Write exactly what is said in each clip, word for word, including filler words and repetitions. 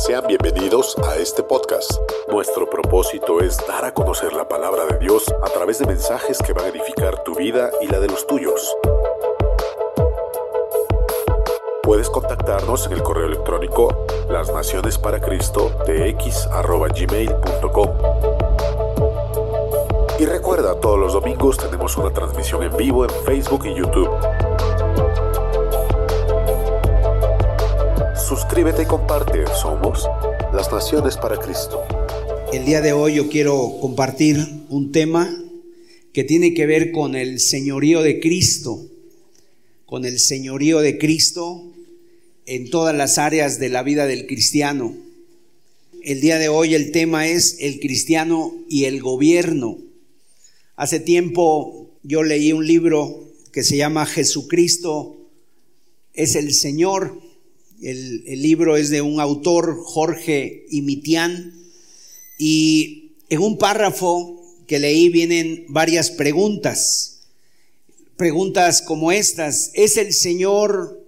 Sean bienvenidos a este podcast. Nuestro propósito es dar a conocer la palabra de Dios a través de mensajes que van a edificar tu vida y la de los tuyos. Puedes contactarnos en el correo electrónico lasnacionesparacristo.tx arroba gmail punto com. Y recuerda, todos los domingos tenemos una transmisión en vivo en Facebook y YouTube. Suscríbete y comparte. Somos Las Naciones para Cristo. El día de hoy yo quiero compartir un tema que tiene que ver con el señorío de Cristo, con el señorío de Cristo en todas las áreas de la vida del cristiano. El día de hoy el tema es el cristiano y el gobierno. Hace tiempo yo leí un libro que se llama Jesucristo es el Señor. El, el libro es de un autor, Jorge Imitián, y en un párrafo que leí vienen varias preguntas. Preguntas como estas: ¿es el Señor,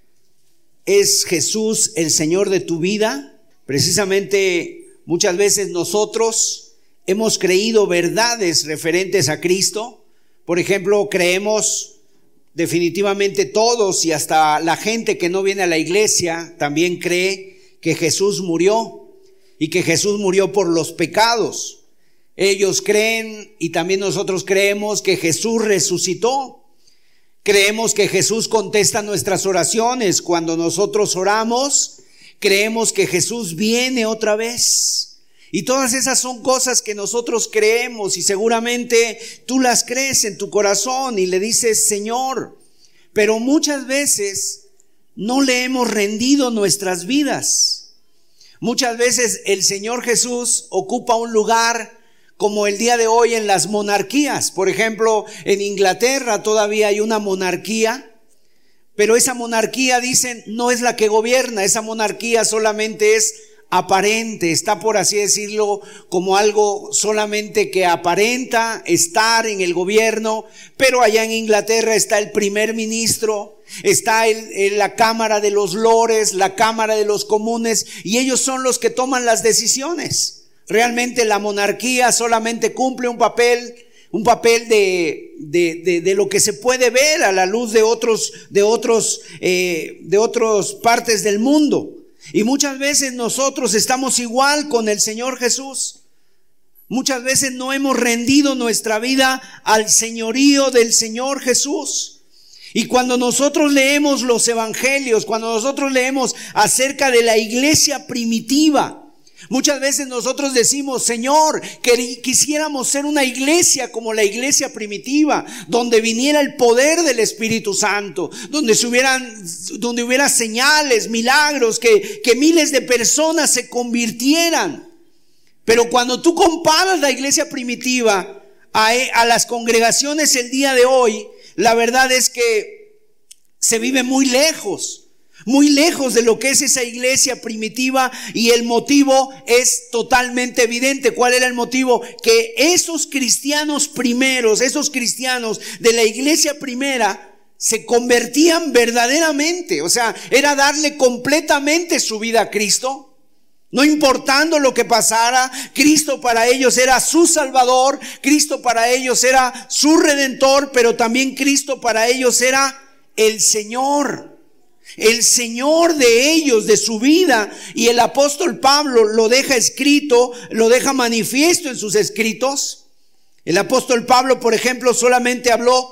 es Jesús el Señor de tu vida? Precisamente muchas veces nosotros hemos creído verdades referentes a Cristo. Por ejemplo, creemos definitivamente todos, y hasta la gente que no viene a la iglesia también cree que Jesús murió y que Jesús murió por los pecados. Ellos creen, y también nosotros creemos, que Jesús resucitó. Creemos que Jesús contesta nuestras oraciones cuando nosotros oramos. Creemos que Jesús viene otra vez. Y todas esas son cosas que nosotros creemos, y seguramente tú las crees en tu corazón y le dices Señor, pero muchas veces no le hemos rendido nuestras vidas. Muchas veces el Señor Jesús ocupa un lugar como el día de hoy en las monarquías. Por ejemplo, en Inglaterra todavía hay una monarquía, pero esa monarquía, dicen, no es la que gobierna. Esa monarquía solamente es aparente, está, por así decirlo, como algo solamente que aparenta estar en el gobierno. Pero allá en Inglaterra está el primer ministro, está el, el, la Cámara de los Lores, la Cámara de los Comunes, y ellos son los que toman las decisiones. Realmente la monarquía solamente cumple un papel, un papel de, de, de, de lo que se puede ver a la luz de otros, de otros, eh, de otras partes del mundo. Y muchas veces nosotros estamos igual con el Señor Jesús. Muchas veces no hemos rendido nuestra vida al señorío del Señor Jesús. Y cuando nosotros leemos los evangelios, cuando nosotros leemos acerca de la iglesia primitiva, muchas veces nosotros decimos, Señor, que quisiéramos ser una iglesia como la iglesia primitiva, donde viniera el poder del Espíritu Santo, donde se hubieran, donde hubiera señales, milagros, que, que miles de personas se convirtieran. Pero cuando tú comparas la iglesia primitiva a, a las congregaciones el día de hoy, la verdad es que se vive muy lejos. Muy lejos de lo que es esa iglesia primitiva, y el motivo es totalmente evidente. ¿Cuál era el motivo? Que esos cristianos primeros, esos cristianos de la iglesia primera se convertían verdaderamente, o sea, era darle completamente su vida a Cristo. No importando lo que pasara, Cristo para ellos era su Salvador, Cristo para ellos era su Redentor, pero también Cristo para ellos era el Señor. El Señor de ellos, de su vida. Y el apóstol Pablo lo deja escrito, lo deja manifiesto en sus escritos. El apóstol Pablo, por ejemplo, solamente habló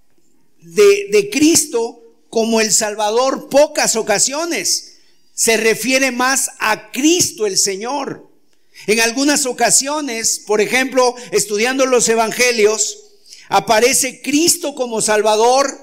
de, de Cristo como el Salvador pocas ocasiones. Se refiere más a Cristo el Señor. En algunas ocasiones, por ejemplo, estudiando los evangelios, aparece Cristo como Salvador.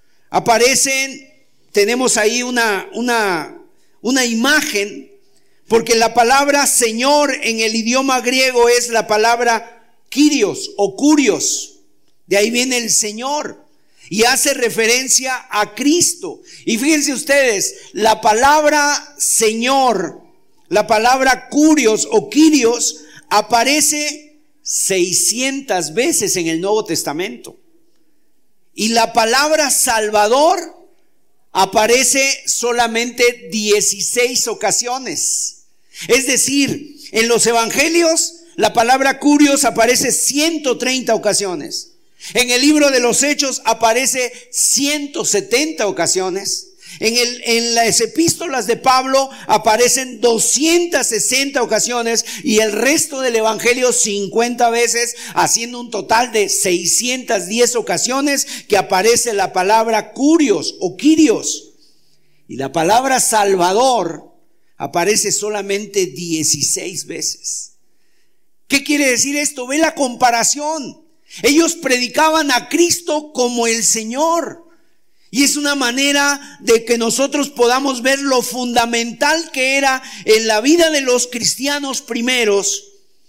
Aparecen Tenemos ahí una, una, una imagen, porque la palabra Señor en el idioma griego es la palabra Kyrios o Kurios. De ahí viene el Señor y hace referencia a Cristo. Y fíjense ustedes, la palabra Señor, la palabra Kurios o Kyrios aparece seiscientas veces en el Nuevo Testamento. Y la palabra Salvador aparece solamente dieciséis ocasiones. Es decir, en los evangelios la palabra curios aparece ciento treinta ocasiones. En el libro de los Hechos aparece ciento setenta ocasiones. En, el, en las epístolas de Pablo aparecen doscientas sesenta ocasiones y el resto del evangelio cincuenta veces, haciendo un total de seiscientas diez ocasiones que aparece la palabra curios o quirios. Y la palabra Salvador aparece solamente dieciséis veces. ¿Qué quiere decir esto? Ve la comparación. Ellos predicaban a Cristo como el Señor. Y es una manera de que nosotros podamos ver lo fundamental que era en la vida de los cristianos primeros,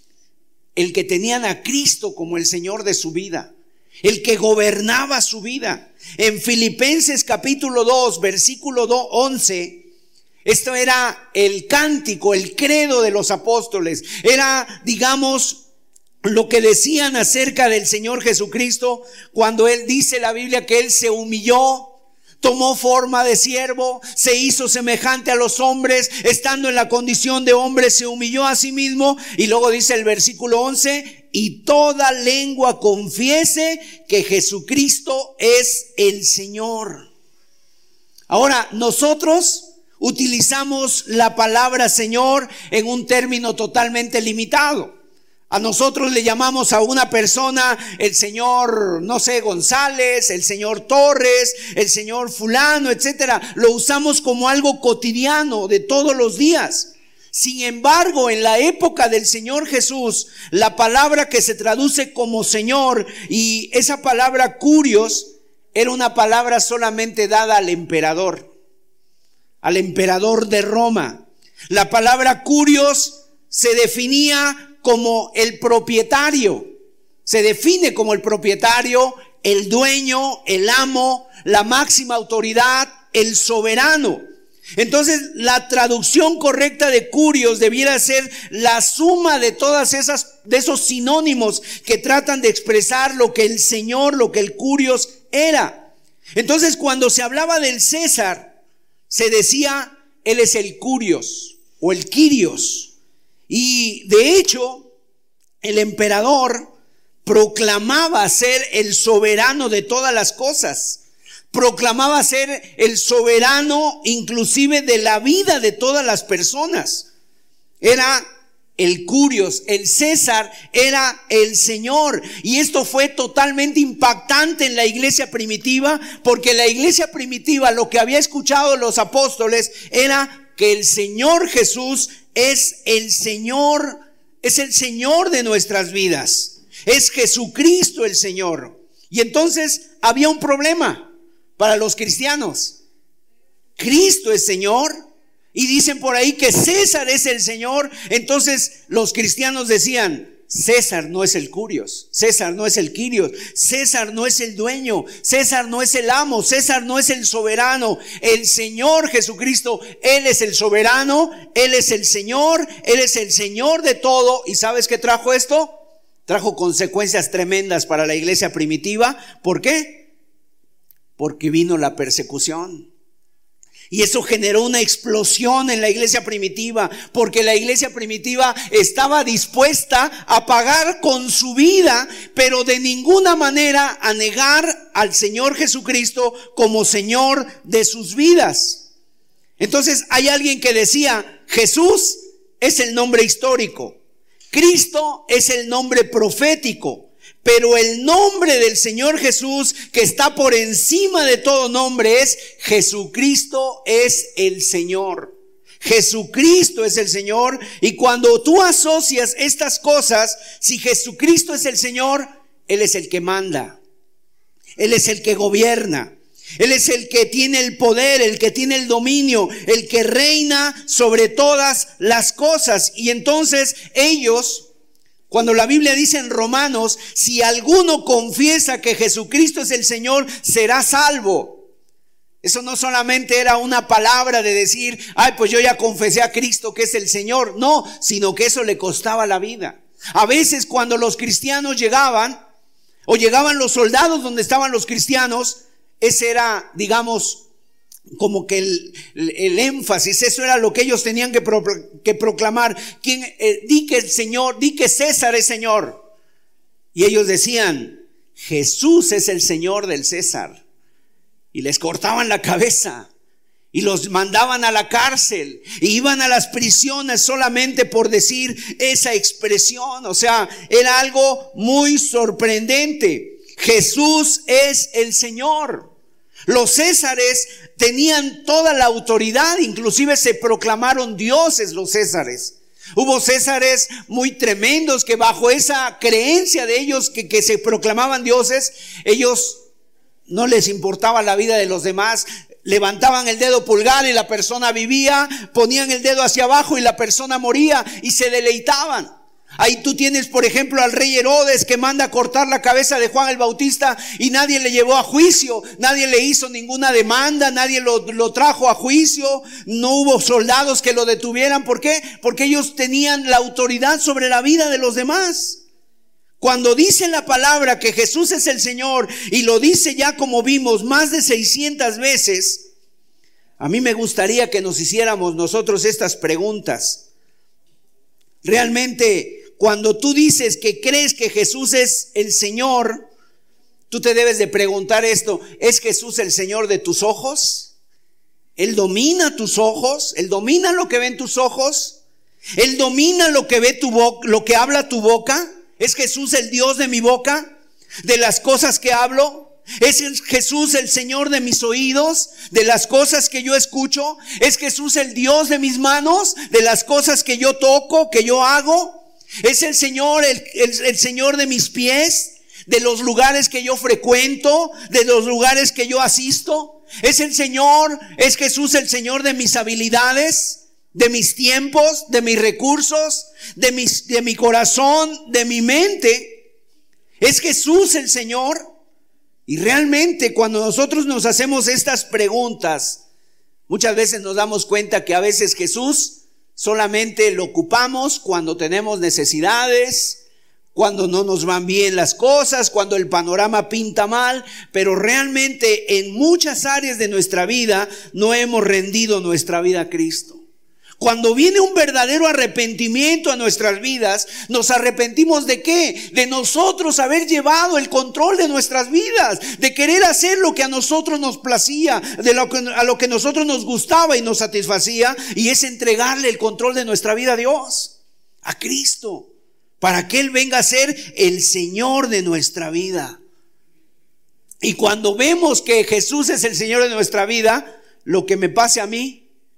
el que tenían a Cristo como el Señor de su vida, el que gobernaba su vida. En Filipenses capítulo dos, versículo once, esto era el cántico, el credo de los apóstoles. Era, digamos, lo que decían acerca del Señor Jesucristo cuando Él dice la Biblia que Él se humilló, tomó forma de siervo, se hizo semejante a los hombres, estando en la condición de hombre se humilló a sí mismo. Y luego dice el versículo once, y toda lengua confiese que Jesucristo es el Señor. Ahora, nosotros utilizamos la palabra Señor en un término totalmente limitado. A nosotros le llamamos a una persona el señor, no sé, González, el señor Torres, el señor fulano, etcétera. Lo usamos como algo cotidiano de todos los días. Sin embargo, en la época del Señor Jesús, la palabra que se traduce como Señor, y esa palabra curios, era una palabra solamente dada al emperador, al emperador de Roma. La palabra curios se definía como el propietario, se define como el propietario, el dueño, el amo, la máxima autoridad, el soberano. Entonces, la traducción correcta de curios debiera ser la suma de todas esas, de esos sinónimos que tratan de expresar lo que el Señor, lo que el curios era. Entonces, cuando se hablaba del César, se decía, él es el curios o el quirios. Y de hecho, el emperador proclamaba ser el soberano de todas las cosas. Proclamaba ser el soberano inclusive de la vida de todas las personas. Era el curios, el César era el Señor. Y esto fue totalmente impactante en la iglesia primitiva, porque la iglesia primitiva lo que había escuchado los apóstoles era que el Señor Jesús es el Señor, es el Señor de nuestras vidas. Es Jesucristo el Señor. Y entonces había un problema para los cristianos. Cristo es Señor y dicen por ahí que César es el Señor. Entonces los cristianos decían, César no es el curios, César no es el quirios, César no es el dueño, César no es el amo, César no es el soberano. El Señor Jesucristo, Él es el soberano, Él es el Señor, Él es el Señor de todo. ¿Y sabes qué trajo esto? Trajo consecuencias tremendas para la iglesia primitiva. ¿Por qué? Porque vino la persecución. Y eso generó una explosión en la iglesia primitiva, porque la iglesia primitiva estaba dispuesta a pagar con su vida, pero de ninguna manera a negar al Señor Jesucristo como Señor de sus vidas. Entonces hay alguien que decía, Jesús es el nombre histórico, Cristo es el nombre profético, pero el nombre del Señor Jesús, que está por encima de todo nombre, es Jesucristo es el Señor. Jesucristo es el Señor. Y cuando tú asocias estas cosas, si Jesucristo es el Señor, Él es el que manda, Él es el que gobierna, Él es el que tiene el poder, el que tiene el dominio, el que reina sobre todas las cosas. Y entonces ellos, cuando la Biblia dice en Romanos, si alguno confiesa que Jesucristo es el Señor, será salvo. Eso no solamente era una palabra de decir, ay, pues yo ya confesé a Cristo que es el Señor. No, sino que eso le costaba la vida. A veces cuando los cristianos llegaban, o llegaban los soldados donde estaban los cristianos, ese era, digamos, como que el, el énfasis, eso era lo que ellos tenían que, pro, que proclamar. ¿Quién, eh, di que el Señor, di que César es Señor. Y ellos decían, Jesús es el Señor del César. Y les cortaban la cabeza y los mandaban a la cárcel y iban a las prisiones solamente por decir esa expresión. O sea, era algo muy sorprendente. Jesús es el Señor. Los césares tenían toda la autoridad, inclusive se proclamaron dioses los césares. Hubo césares muy tremendos que bajo esa creencia de ellos que, que se proclamaban dioses, ellos no les importaba la vida de los demás. Levantaban el dedo pulgar y la persona vivía, ponían el dedo hacia abajo y la persona moría y se deleitaban. Ahí tú tienes, por ejemplo, al rey Herodes que manda a cortar la cabeza de Juan el Bautista y nadie le llevó a juicio, nadie le hizo ninguna demanda, nadie lo, lo trajo a juicio, no hubo soldados que lo detuvieran. ¿Por qué? Porque ellos tenían la autoridad sobre la vida de los demás. Cuando dice la palabra que Jesús es el Señor y lo dice ya como vimos más de seiscientas veces, a mí me gustaría que nos hiciéramos nosotros estas preguntas. Realmente, cuando tú dices que crees que Jesús es el Señor, tú te debes de preguntar esto: ¿es Jesús el Señor de tus ojos? ¿Él domina tus ojos? ¿Él domina lo que ven tus ojos? ¿Él domina lo que ve tu boca, lo que habla tu boca? ¿Es Jesús el Dios de mi boca? ¿De las cosas que hablo? ¿Es Jesús el Señor de mis oídos? ¿De las cosas que yo escucho? ¿Es Jesús el Dios de mis manos? ¿De las cosas que yo toco, que yo hago? ¿Es el Señor el, el, el Señor de mis pies? ¿De los lugares que yo frecuento? ¿De los lugares que yo asisto? ¿Es el Señor, es Jesús el Señor de mis habilidades? ¿De mis tiempos? ¿De mis recursos? ¿De, mis, de mi corazón? ¿De mi mente? ¿Es Jesús el Señor? Y realmente cuando nosotros nos hacemos estas preguntas, muchas veces nos damos cuenta que a veces Jesús solamente lo ocupamos cuando tenemos necesidades, cuando no nos van bien las cosas, cuando el panorama pinta mal, pero realmente en muchas áreas de nuestra vida no hemos rendido nuestra vida a Cristo. Cuando viene un verdadero arrepentimiento a nuestras vidas, ¿nos arrepentimos de qué? De nosotros haber llevado el control de nuestras vidas, de querer hacer lo que a nosotros nos placía, de lo que, a lo que a nosotros nos gustaba y nos satisfacía, y es entregarle el control de nuestra vida a Dios, a Cristo, para que Él venga a ser el Señor de nuestra vida. Y cuando vemos que Jesús es el Señor de nuestra vida, lo que me pase a mí,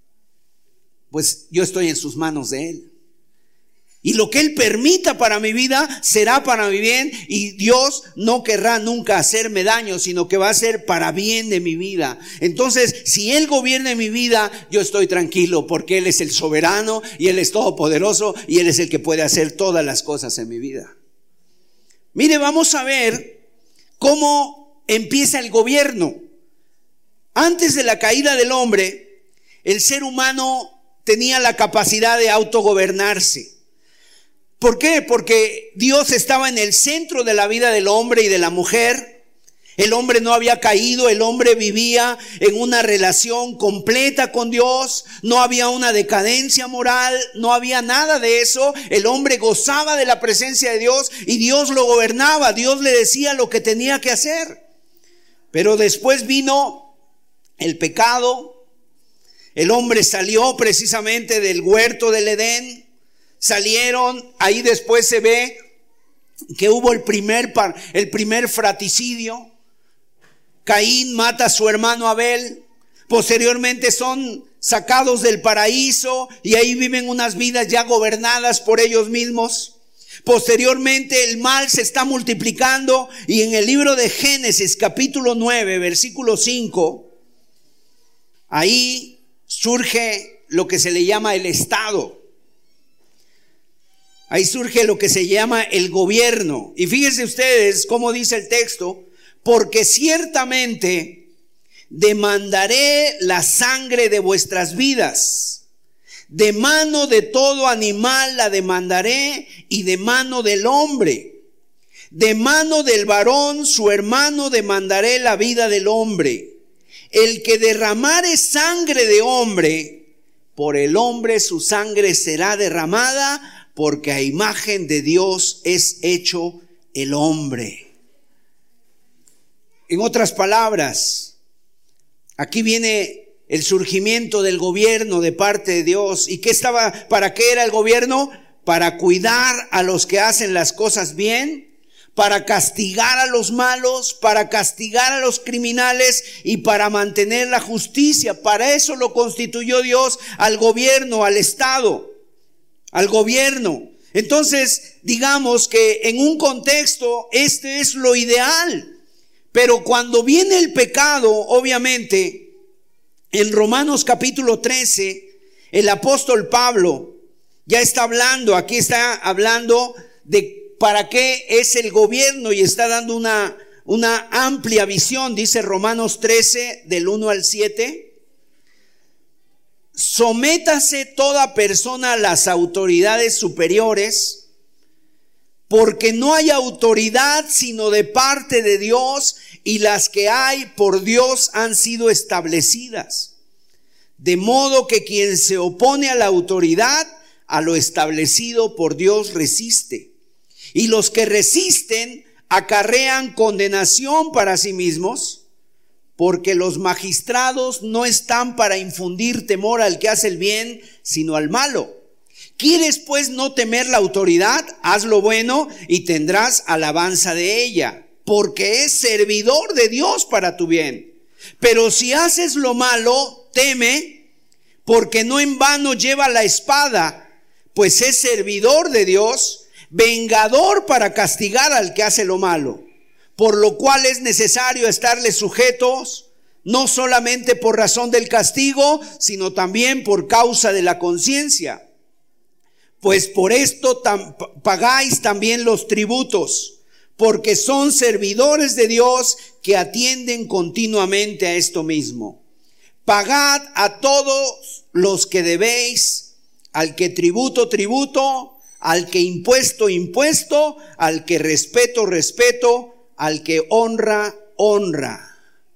pues yo estoy en sus manos de Él. Y lo que Él permita para mi vida será para mi bien, y Dios no querrá nunca hacerme daño, sino que va a ser para bien de mi vida. Entonces, si Él gobierna mi vida, yo estoy tranquilo, porque Él es el soberano y Él es todopoderoso y Él es el que puede hacer todas las cosas en mi vida. Mire, vamos a ver cómo empieza el gobierno. Antes de la caída del hombre, el ser humano tenía la capacidad de autogobernarse. ¿Por qué? Porque Dios estaba en el centro de la vida del hombre y de la mujer. El hombre no había caído, el hombre vivía en una relación completa con Dios, no había una decadencia moral, no había nada de eso. El hombre gozaba de la presencia de Dios y Dios lo gobernaba, Dios le decía lo que tenía que hacer. Pero después vino el pecado. El hombre salió precisamente del huerto del Edén, salieron, ahí después se ve que hubo el primer, el primer fratricidio. Caín mata a su hermano Abel, posteriormente son sacados del paraíso y ahí viven unas vidas ya gobernadas por ellos mismos. Posteriormente el mal se está multiplicando y en el libro de Génesis capítulo nueve versículo cinco, ahí surge lo que se le llama el Estado. Ahí surge lo que se llama el gobierno. Y fíjense ustedes cómo dice el texto: porque ciertamente demandaré la sangre de vuestras vidas, de mano de todo animal la demandaré, y de mano del hombre, de mano del varón su hermano demandaré la vida del hombre. el que derramare sangre de hombre, por el hombre su sangre será derramada, porque a imagen de Dios es hecho el hombre. En otras palabras, aquí viene el surgimiento del gobierno de parte de Dios. ¿Y qué estaba? ¿Para qué era el gobierno? Para cuidar a los que hacen las cosas bien, para castigar a los malos, para castigar a los criminales y para mantener la justicia. Para eso lo constituyó Dios al gobierno, al Estado, al gobierno. Entonces, digamos que en un contexto este es lo ideal. Pero cuando viene el pecado, obviamente, en Romanos capítulo trece, el apóstol Pablo ya está hablando, aquí está hablando de para qué es el gobierno y está dando una, una amplia visión. Dice Romanos trece, del uno al siete. Sométase toda persona a las autoridades superiores, porque no hay autoridad sino de parte de Dios, y las que hay por Dios han sido establecidas. De modo que quien se opone a la autoridad, a lo establecido por Dios resiste. Y los que resisten acarrean condenación para sí mismos, porque los magistrados no están para infundir temor al que hace el bien, sino al malo. ¿Quieres pues no temer la autoridad? Haz lo bueno y tendrás alabanza de ella, porque es servidor de Dios para tu bien. Pero si haces lo malo, teme, porque no en vano lleva la espada, pues es servidor de Dios, vengador para castigar al que hace lo malo, por lo cual es necesario estarle sujetos, no solamente por razón del castigo, sino también por causa de la conciencia. Pues por esto tam- pagáis también los tributos, porque son servidores de Dios que atienden continuamente a esto mismo. Pagad a todos los que debéis, al que tributo, tributo, al que impuesto, impuesto, al que respeto, respeto, al que honra, honra.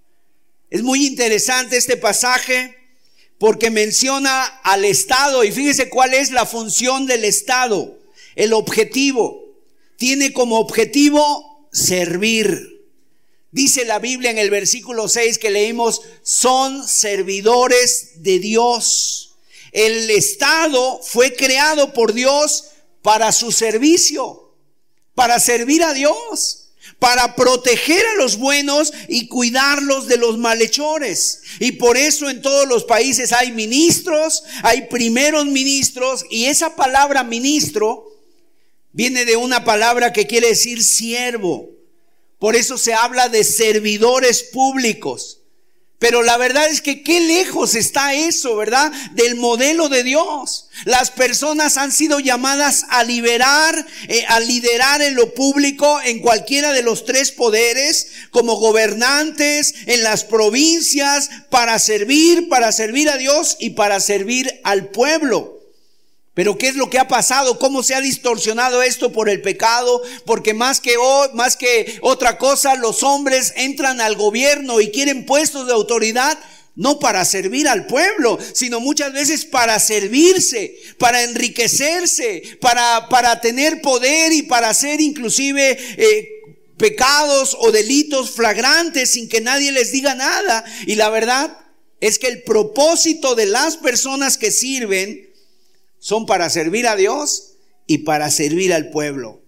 Es muy interesante este pasaje porque menciona al Estado, y fíjese cuál es la función del Estado, el objetivo. Tiene como objetivo servir. Dice la Biblia en el versículo seis que leímos, son servidores de Dios. El Estado fue creado por Dios para su servicio, para servir a Dios, para proteger a los buenos y cuidarlos de los malhechores. Y por eso en todos los países hay ministros, hay primeros ministros, y esa palabra ministro viene de una palabra que quiere decir siervo. Por eso se habla de servidores públicos. Pero la verdad es que qué lejos está eso, ¿verdad? Del modelo de Dios. Las personas han sido llamadas a liberar, eh, a liderar en lo público, en cualquiera de los tres poderes, como gobernantes, en las provincias, para servir, para servir a Dios y para servir al pueblo. Pero ¿qué es lo que ha pasado? ¿Cómo se ha distorsionado esto por el pecado? Porque más que, más que otra cosa, los hombres entran al gobierno y quieren puestos de autoridad, no para servir al pueblo, sino muchas veces para servirse, para enriquecerse, para, para tener poder y para hacer inclusive eh, pecados o delitos flagrantes sin que nadie les diga nada. Y la verdad es que el propósito de las personas que sirven son para servir a Dios y para servir al pueblo.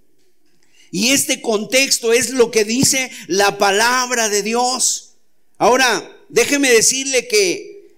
Y este contexto es lo que dice la palabra de Dios. Ahora, déjeme decirle que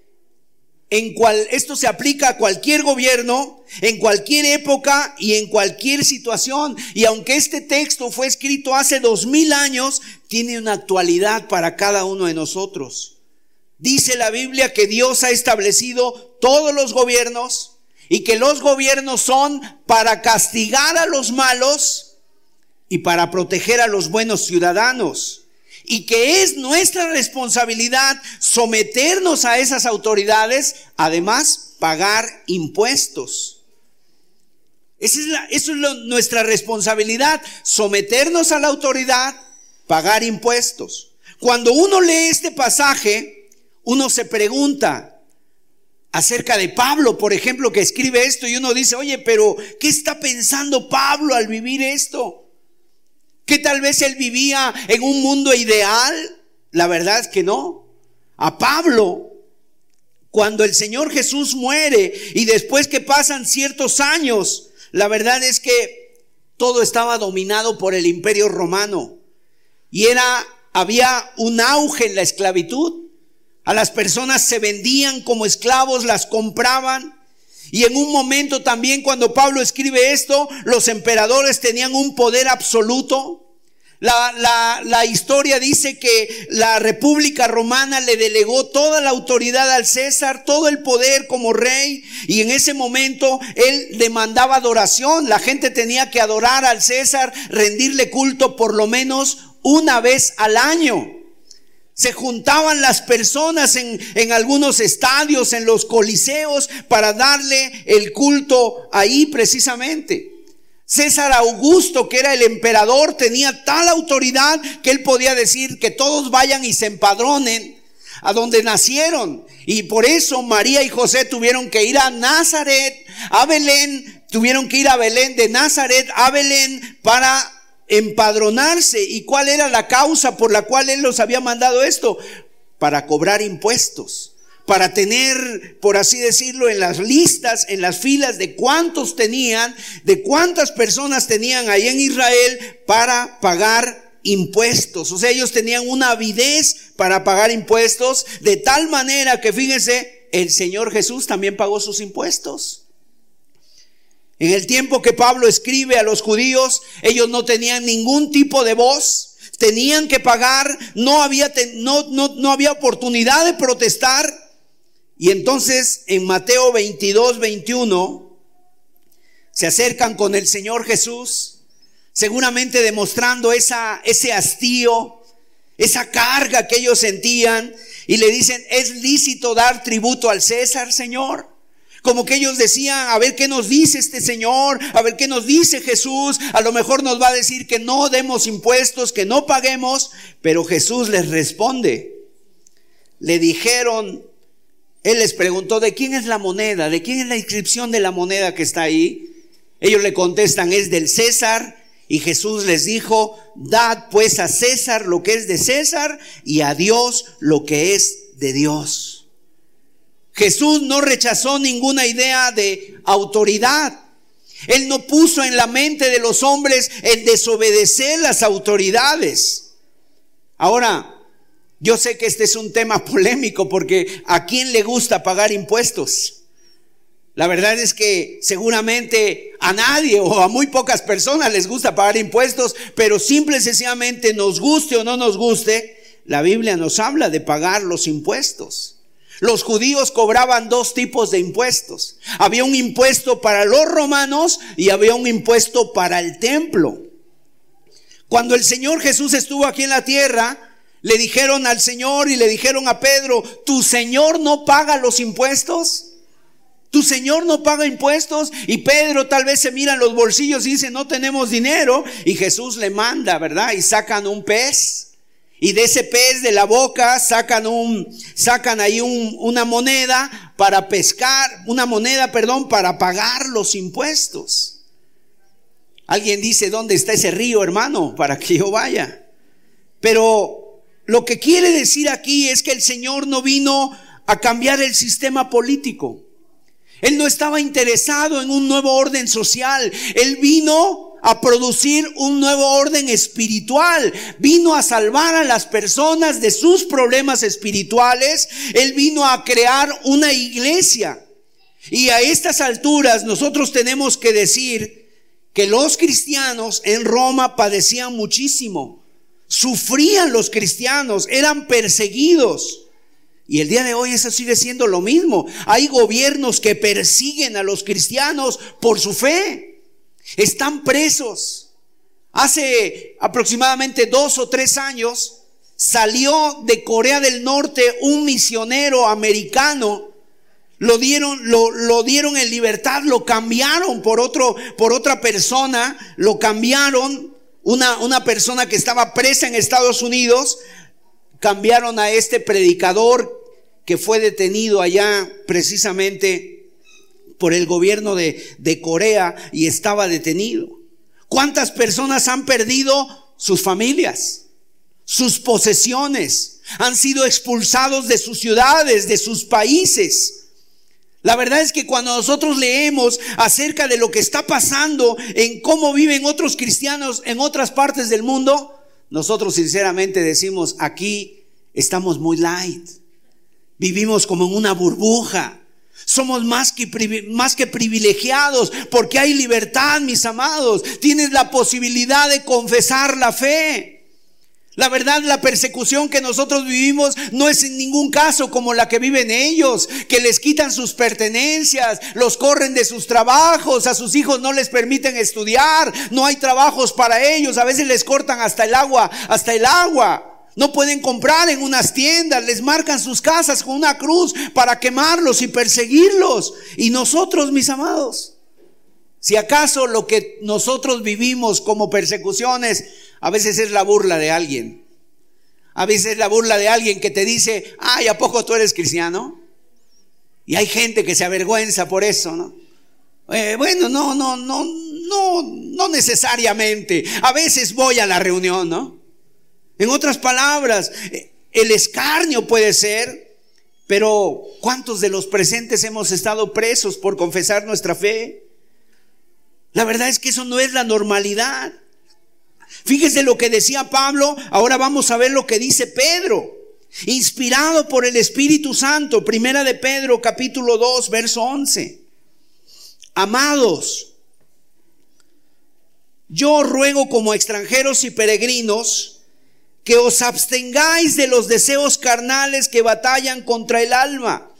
en cual, esto se aplica a cualquier gobierno, en cualquier época y en cualquier situación. Y aunque este texto fue escrito hace dos mil años, tiene una actualidad para cada uno de nosotros. Dice la Biblia que Dios ha establecido todos los gobiernos, y que los gobiernos son para castigar a los malos y para proteger a los buenos ciudadanos. Y que es nuestra responsabilidad someternos a esas autoridades, además pagar impuestos. Esa es, la, eso es lo, nuestra responsabilidad, someternos a la autoridad, pagar impuestos. Cuando uno lee este pasaje, uno se pregunta acerca de Pablo, por ejemplo, que escribe esto, y uno dice, oye, pero ¿qué está pensando Pablo al vivir esto? ¿Que tal vez él vivía en un mundo ideal? La verdad es que no. A Pablo, cuando el Señor Jesús muere y después que pasan ciertos años, la verdad es que todo estaba dominado por el Imperio Romano y era, había un auge en la esclavitud. A las personas se vendían como esclavos, las compraban. Y en un momento también, cuando Pablo escribe esto, los emperadores tenían un poder absoluto. La, la, la historia dice que la República Romana le delegó toda la autoridad al César, todo el poder como rey, y en ese momento él demandaba adoración. La gente tenía que adorar al César, rendirle culto por lo menos una vez al año. Se juntaban las personas en, en algunos estadios, en los coliseos, para darle el culto ahí precisamente. César Augusto, que era el emperador, tenía tal autoridad que él podía decir que todos vayan y se empadronen a donde nacieron. Y por eso María y José tuvieron que ir a Nazaret, a Belén, tuvieron que ir a Belén, de Nazaret a Belén para empadronarse. ¿Y cuál era la causa por la cual él los había mandado esto? Para cobrar impuestos, para tener, por así decirlo, en las listas, en las filas de cuántos tenían, de cuántas personas tenían ahí en Israel para pagar impuestos. O sea, ellos tenían una avidez para pagar impuestos, de tal manera que, fíjense, el Señor Jesús también pagó sus impuestos. En el tiempo que Pablo escribe a los judíos, ellos no tenían ningún tipo de voz, tenían que pagar, no había, no, no, no había oportunidad de protestar. Y entonces en Mateo veintidós, veintiuno, se acercan con el Señor Jesús, seguramente demostrando esa, ese hastío, esa carga que ellos sentían, y le dicen, ¿es lícito dar tributo al César, Señor? Como que ellos decían, a ver qué nos dice este Señor, a ver qué nos dice Jesús. A lo mejor nos va a decir que no demos impuestos, que no paguemos. Pero Jesús les responde. Le dijeron, él les preguntó, ¿de quién es la moneda? ¿De quién es la inscripción de la moneda que está ahí? Ellos le contestan, es del César. Y Jesús les dijo, dad pues a César lo que es de César y a Dios lo que es de Dios. Jesús no rechazó ninguna idea de autoridad. Él no puso en la mente de los hombres el desobedecer las autoridades. Ahora, yo sé que este es un tema polémico porque ¿a quién le gusta pagar impuestos? La verdad es que seguramente a nadie o a muy pocas personas les gusta pagar impuestos, pero simple y sencillamente, nos guste o no nos guste, la Biblia nos habla de pagar los impuestos. Los judíos cobraban dos tipos de impuestos. Había un impuesto para los romanos y había un impuesto para el templo. Cuando el Señor Jesús estuvo aquí en la tierra, le dijeron al Señor y le dijeron a Pedro, ¿tu Señor no paga los impuestos? ¿Tu Señor no paga impuestos? Y Pedro tal vez se mira en los bolsillos y dice, no tenemos dinero. Y Jesús le manda, ¿verdad? Y sacan un pez. Y de ese pez de la boca sacan un, sacan ahí un, una moneda para pescar, una moneda, perdón, para pagar los impuestos. Alguien dice, ¿dónde está ese río, hermano? Para que yo vaya. Pero lo que quiere decir aquí es que el Señor no vino a cambiar el sistema político. Él no estaba interesado en un nuevo orden social. Él vino a producir un nuevo orden espiritual. Vino a salvar a las personas de sus problemas espirituales. Él vino a crear una iglesia. Y a estas alturas nosotros tenemos que decir que los cristianos en Roma padecían muchísimo. Sufrían los cristianos, eran perseguidos. Y el día de hoy eso sigue siendo lo mismo. Hay gobiernos que persiguen a los cristianos por su fe. Están presos. Hace aproximadamente dos o tres años salió de Corea del Norte un misionero americano. Lo dieron, lo, lo dieron en libertad, lo cambiaron por otro, por otra persona, lo cambiaron, una, una persona que estaba presa en Estados Unidos, cambiaron a este predicador que fue detenido allá precisamente por el gobierno de, de Corea y estaba detenido. ¿Cuántas personas han perdido sus familias, sus posesiones? Han sido expulsados de sus ciudades, de sus países. La verdad es que cuando nosotros leemos acerca de lo que está pasando, en cómo viven otros cristianos en otras partes del mundo, nosotros sinceramente decimos, aquí estamos muy light. Vivimos como en una burbuja. Somos más que, más que privilegiados porque hay libertad, mis amados. Tienes la posibilidad de confesar la fe. La verdad, la persecución que nosotros vivimos no es en ningún caso como la que viven ellos, que les quitan sus pertenencias, los corren de sus trabajos, a sus hijos no les permiten estudiar, no hay trabajos para ellos, a veces les cortan hasta el agua, hasta el agua. No pueden comprar en unas tiendas, les marcan sus casas con una cruz para quemarlos y perseguirlos. Y nosotros, mis amados, si acaso lo que nosotros vivimos como persecuciones a veces es la burla de alguien, a veces es la burla de alguien que te dice, ay, ¿a poco tú eres cristiano? Y hay gente que se avergüenza por eso, ¿no? Eh, bueno, no, no, no, no, no necesariamente. A veces voy a la reunión, ¿no? En otras palabras, el escarnio puede ser, pero ¿cuántos de los presentes hemos estado presos por confesar nuestra fe? La verdad es que eso no es la normalidad. Fíjese lo que decía Pablo, ahora vamos a ver lo que dice Pedro, inspirado por el Espíritu Santo. Primera de Pedro, capítulo dos, verso once. Amados, yo os ruego como extranjeros y peregrinos que os abstengáis de los deseos carnales que batallan contra el alma,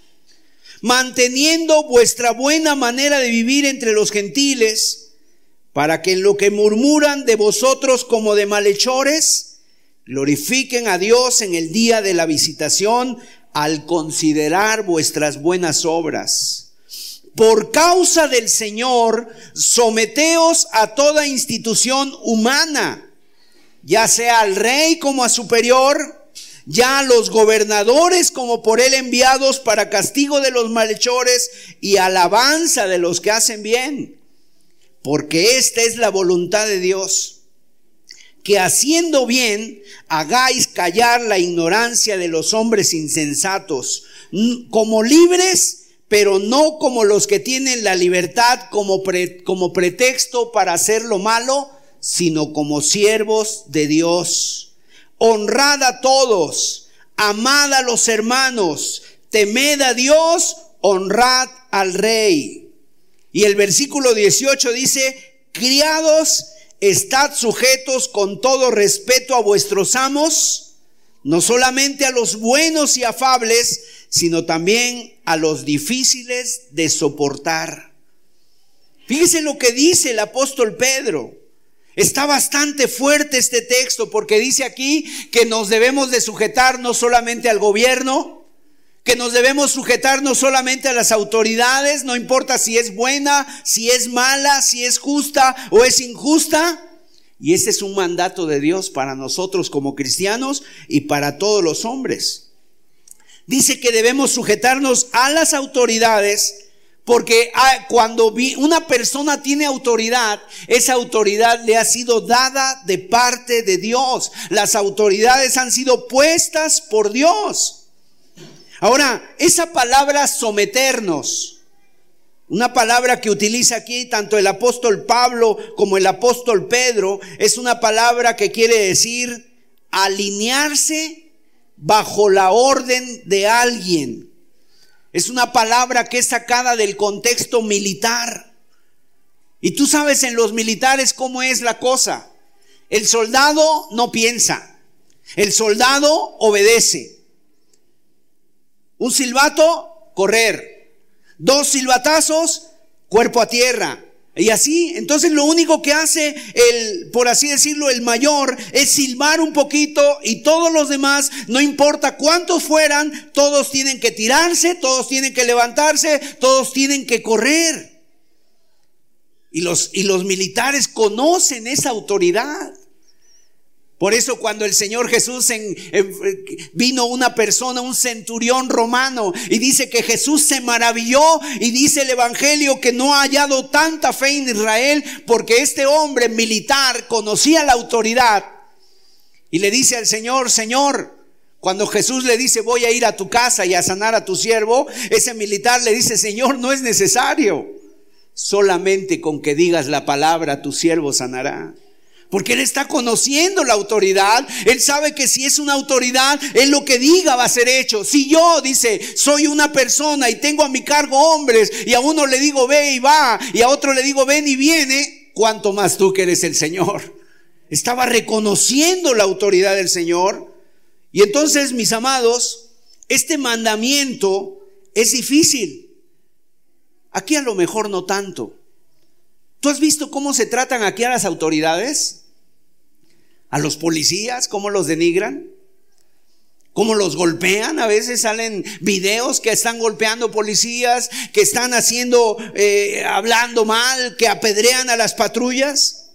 manteniendo vuestra buena manera de vivir entre los gentiles, para que en lo que murmuran de vosotros como de malhechores, glorifiquen a Dios en el día de la visitación al considerar vuestras buenas obras. Por causa del Señor, someteos a toda institución humana, ya sea al rey como a superior, ya a los gobernadores como por él enviados para castigo de los malhechores y alabanza de los que hacen bien. Porque esta es la voluntad de Dios, que haciendo bien hagáis callar la ignorancia de los hombres insensatos, como libres, pero no como los que tienen la libertad como, pre, como pretexto para hacer lo malo, sino como siervos de Dios. Honrad a todos, amad a los hermanos, temed a Dios, honrad al rey. Y el versículo dieciocho dice, criados, estad sujetos con todo respeto a vuestros amos, no solamente a los buenos y afables, sino también a los difíciles de soportar. Fíjese lo que dice el apóstol Pedro. Está bastante fuerte este texto porque dice aquí que nos debemos de sujetar no solamente al gobierno, que nos debemos sujetar no solamente a las autoridades, no importa si es buena, si es mala, si es justa o es injusta. Y este es un mandato de Dios para nosotros como cristianos y para todos los hombres. Dice que debemos sujetarnos a las autoridades porque cuando una persona tiene autoridad, esa autoridad le ha sido dada de parte de Dios. Las autoridades han sido puestas por Dios. Ahora, esa palabra someternos, una palabra que utiliza aquí tanto el apóstol Pablo como el apóstol Pedro, es una palabra que quiere decir alinearse bajo la orden de alguien. Es una palabra que es sacada del contexto militar. Y tú sabes en los militares cómo es la cosa. El soldado no piensa, el soldado obedece. Un silbato, correr. Dos silbatazos, cuerpo a tierra. Y así, entonces lo único que hace el, por así decirlo, el mayor es silbar un poquito y todos los demás, no importa cuántos fueran, todos tienen que tirarse, todos tienen que levantarse, todos tienen que correr. Y los, y los militares conocen esa autoridad. Por eso cuando el Señor Jesús en, en, vino una persona, un centurión romano, y dice que Jesús se maravilló, y dice el evangelio que no ha hallado tanta fe en Israel, porque este hombre militar conocía la autoridad. Y le dice al Señor: Señor, cuando Jesús le dice: voy a ir a tu casa y a sanar a tu siervo, ese militar le dice: Señor, no es necesario, solamente con que digas la palabra, tu siervo sanará. Porque él está conociendo la autoridad. Él sabe que si es una autoridad, él lo que diga va a ser hecho. Si yo, dice, soy una persona y tengo a mi cargo hombres, y a uno le digo ve y va, y a otro le digo ven y viene, ¿cuánto más tú que eres el Señor? Estaba reconociendo la autoridad del Señor. Y entonces, mis amados, este mandamiento es difícil. Aquí a lo mejor no tanto. ¿Tú has visto cómo se tratan aquí a las autoridades? A los policías, cómo los denigran, cómo los golpean. A veces salen videos que están golpeando policías, que están haciendo, eh, hablando mal, que apedrean a las patrullas.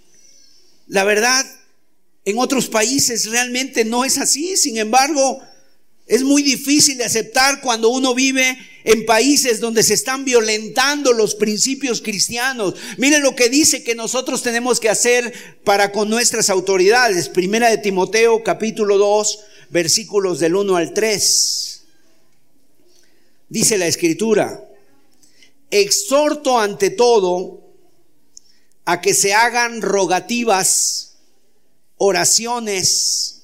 La verdad, en otros países realmente no es así. Sin embargo, es muy difícil de aceptar cuando uno vive en países donde se están violentando los principios cristianos. Miren lo que dice que nosotros tenemos que hacer para con nuestras autoridades. Primera de Timoteo, capítulo dos, versículos del uno al tres. Dice la Escritura: exhorto ante todo a que se hagan rogativas, oraciones,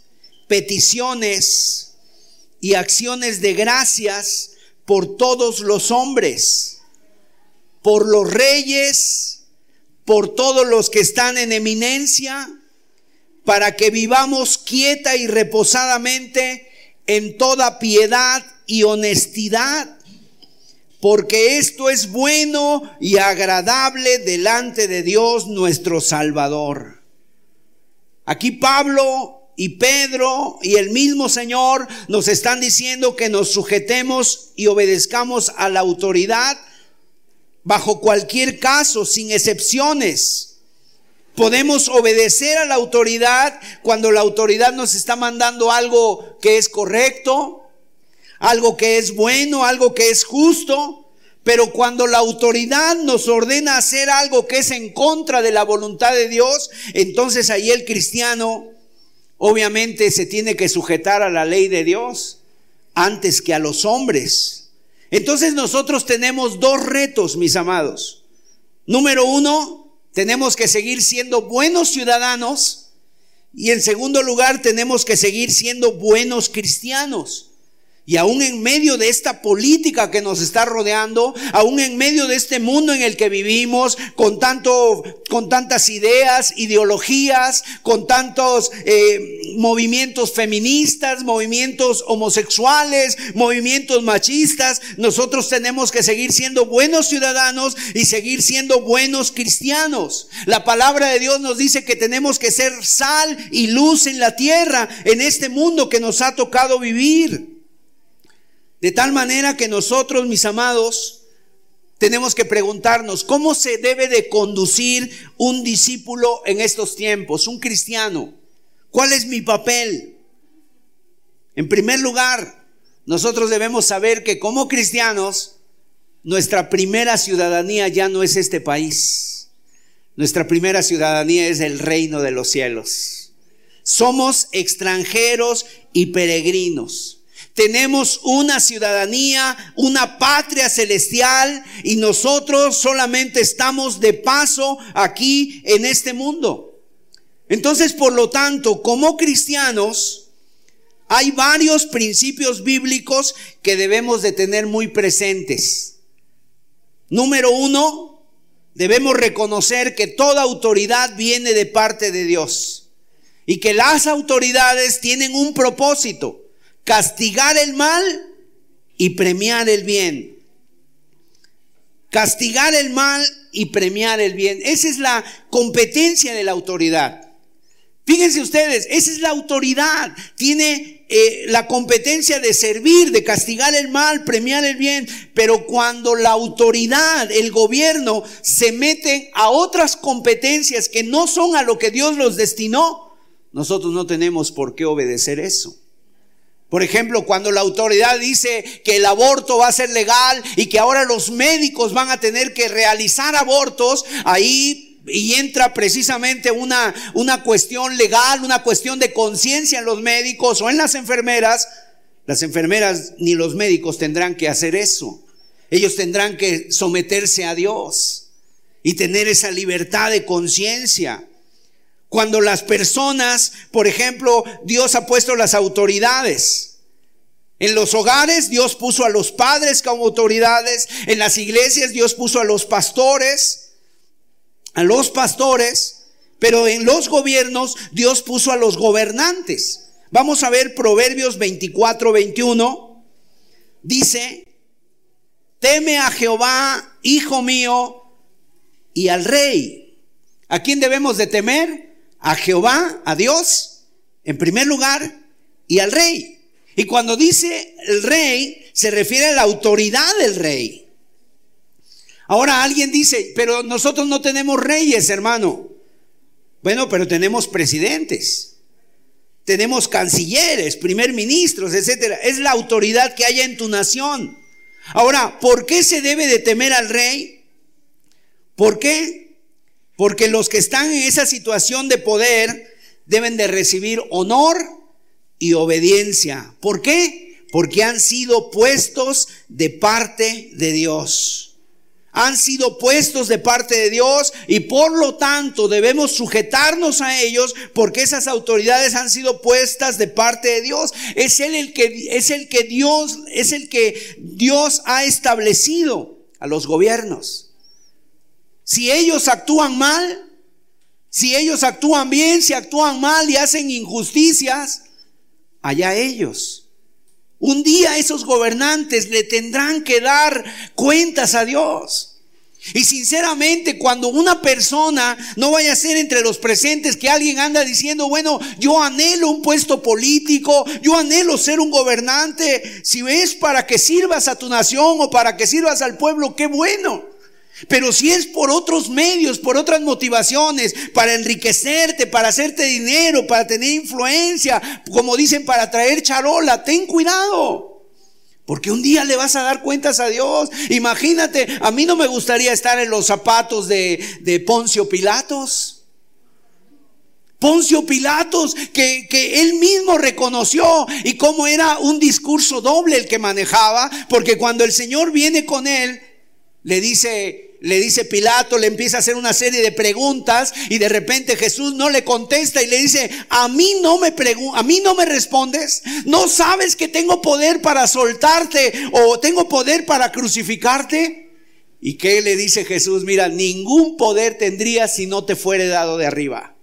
peticiones y acciones de gracias por todos los hombres, por los reyes, por todos los que están en eminencia, para que vivamos quieta y reposadamente en toda piedad y honestidad, porque esto es bueno y agradable delante de Dios nuestro Salvador. Aquí Pablo y Pedro y el mismo Señor nos están diciendo que nos sujetemos y obedezcamos a la autoridad bajo cualquier caso, sin excepciones. Podemos obedecer a la autoridad cuando la autoridad nos está mandando algo que es correcto, algo que es bueno, algo que es justo. Pero cuando la autoridad nos ordena hacer algo que es en contra de la voluntad de Dios, entonces ahí el cristiano obviamente se tiene que sujetar a la ley de Dios antes que a los hombres. Entonces nosotros tenemos dos retos, mis amados. Número uno, tenemos que seguir siendo buenos ciudadanos, y en segundo lugar tenemos que seguir siendo buenos cristianos. Y aún en medio de esta política que nos está rodeando, aún en medio de este mundo en el que vivimos, con tanto, con tantas ideas, ideologías, con tantos eh, movimientos feministas, movimientos homosexuales, movimientos machistas, nosotros tenemos que seguir siendo buenos ciudadanos y seguir siendo buenos cristianos. La palabra de Dios nos dice que tenemos que ser sal y luz en la tierra, en este mundo que nos ha tocado vivir. De tal manera que nosotros, mis amados, tenemos que preguntarnos cómo se debe de conducir un discípulo en estos tiempos, un cristiano. ¿Cuál es mi papel? En primer lugar, nosotros debemos saber que como cristianos, nuestra primera ciudadanía ya no es este país. Nuestra primera ciudadanía es el reino de los cielos. Somos extranjeros y peregrinos. Tenemos una ciudadanía, una patria celestial, y nosotros solamente estamos de paso aquí en este mundo. Entonces, por lo tanto, como cristianos, hay varios principios bíblicos que debemos de tener muy presentes. Número uno, debemos reconocer que toda autoridad viene de parte de Dios y que las autoridades tienen un propósito: castigar el mal y premiar el bien. Castigar el mal y premiar el bien. Esa es la competencia de la autoridad. Fíjense ustedes, esa es la autoridad. Tiene eh, la competencia de servir, de castigar el mal, premiar el bien. Pero cuando la autoridad, el gobierno, se meten a otras competencias que no son a lo que Dios los destinó, nosotros no tenemos por qué obedecer eso. Por ejemplo, cuando la autoridad dice que el aborto va a ser legal y que ahora los médicos van a tener que realizar abortos, ahí y entra precisamente una, una cuestión legal, una cuestión de conciencia en los médicos o en las enfermeras. Las enfermeras ni los médicos tendrán que hacer eso. Ellos tendrán que someterse a Dios y tener esa libertad de conciencia. Cuando las personas, por ejemplo, Dios ha puesto las autoridades. En los hogares Dios puso a los padres como autoridades. En las iglesias Dios puso a los pastores, a los pastores. Pero en los gobiernos Dios puso a los gobernantes. Vamos a ver Proverbios veinticuatro, veintiuno. Dice: teme a Jehová, hijo mío, y al rey. ¿A quién debemos de temer? A Jehová, a Dios, en primer lugar, y al rey. Y cuando dice el rey, se refiere a la autoridad del rey. Ahora alguien dice: pero nosotros no tenemos reyes, hermano. Bueno, pero tenemos presidentes, tenemos cancilleres, primer ministros, etcétera. Es la autoridad que haya en tu nación. Ahora, ¿por qué se debe de temer al rey? ¿Por qué? Porque los que están en esa situación de poder deben de recibir honor y obediencia. ¿Por qué? Porque han sido puestos de parte de Dios. Han sido puestos de parte de Dios y por lo tanto debemos sujetarnos a ellos, porque esas autoridades han sido puestas de parte de Dios. Es él el que es el que Dios es el que Dios ha establecido a los gobiernos. Si ellos actúan mal, si ellos actúan bien, si actúan mal y hacen injusticias, allá ellos. Un día esos gobernantes le tendrán que dar cuentas a Dios. Y sinceramente, cuando una persona, no vaya a ser entre los presentes que alguien anda diciendo: bueno, yo anhelo un puesto político, yo anhelo ser un gobernante. Si es para que sirvas a tu nación o para que sirvas al pueblo, qué bueno. Pero si es por otros medios, por otras motivaciones, para enriquecerte, para hacerte dinero, para tener influencia, como dicen, para traer charola, ten cuidado, porque un día le vas a dar cuentas a Dios. Imagínate, a mí no me gustaría estar en los zapatos de, de Poncio Pilatos. Poncio Pilatos, que, que él mismo reconoció, y cómo era un discurso doble el que manejaba, porque cuando el Señor viene con él, le dice, le dice Pilato, le empieza a hacer una serie de preguntas y de repente Jesús no le contesta y le dice: a mí no me pregun- a mí no me respondes, no sabes que tengo poder para soltarte o tengo poder para crucificarte. ¿Y qué le dice Jesús? Mira, ningún poder tendrías si no te fuere dado de arriba.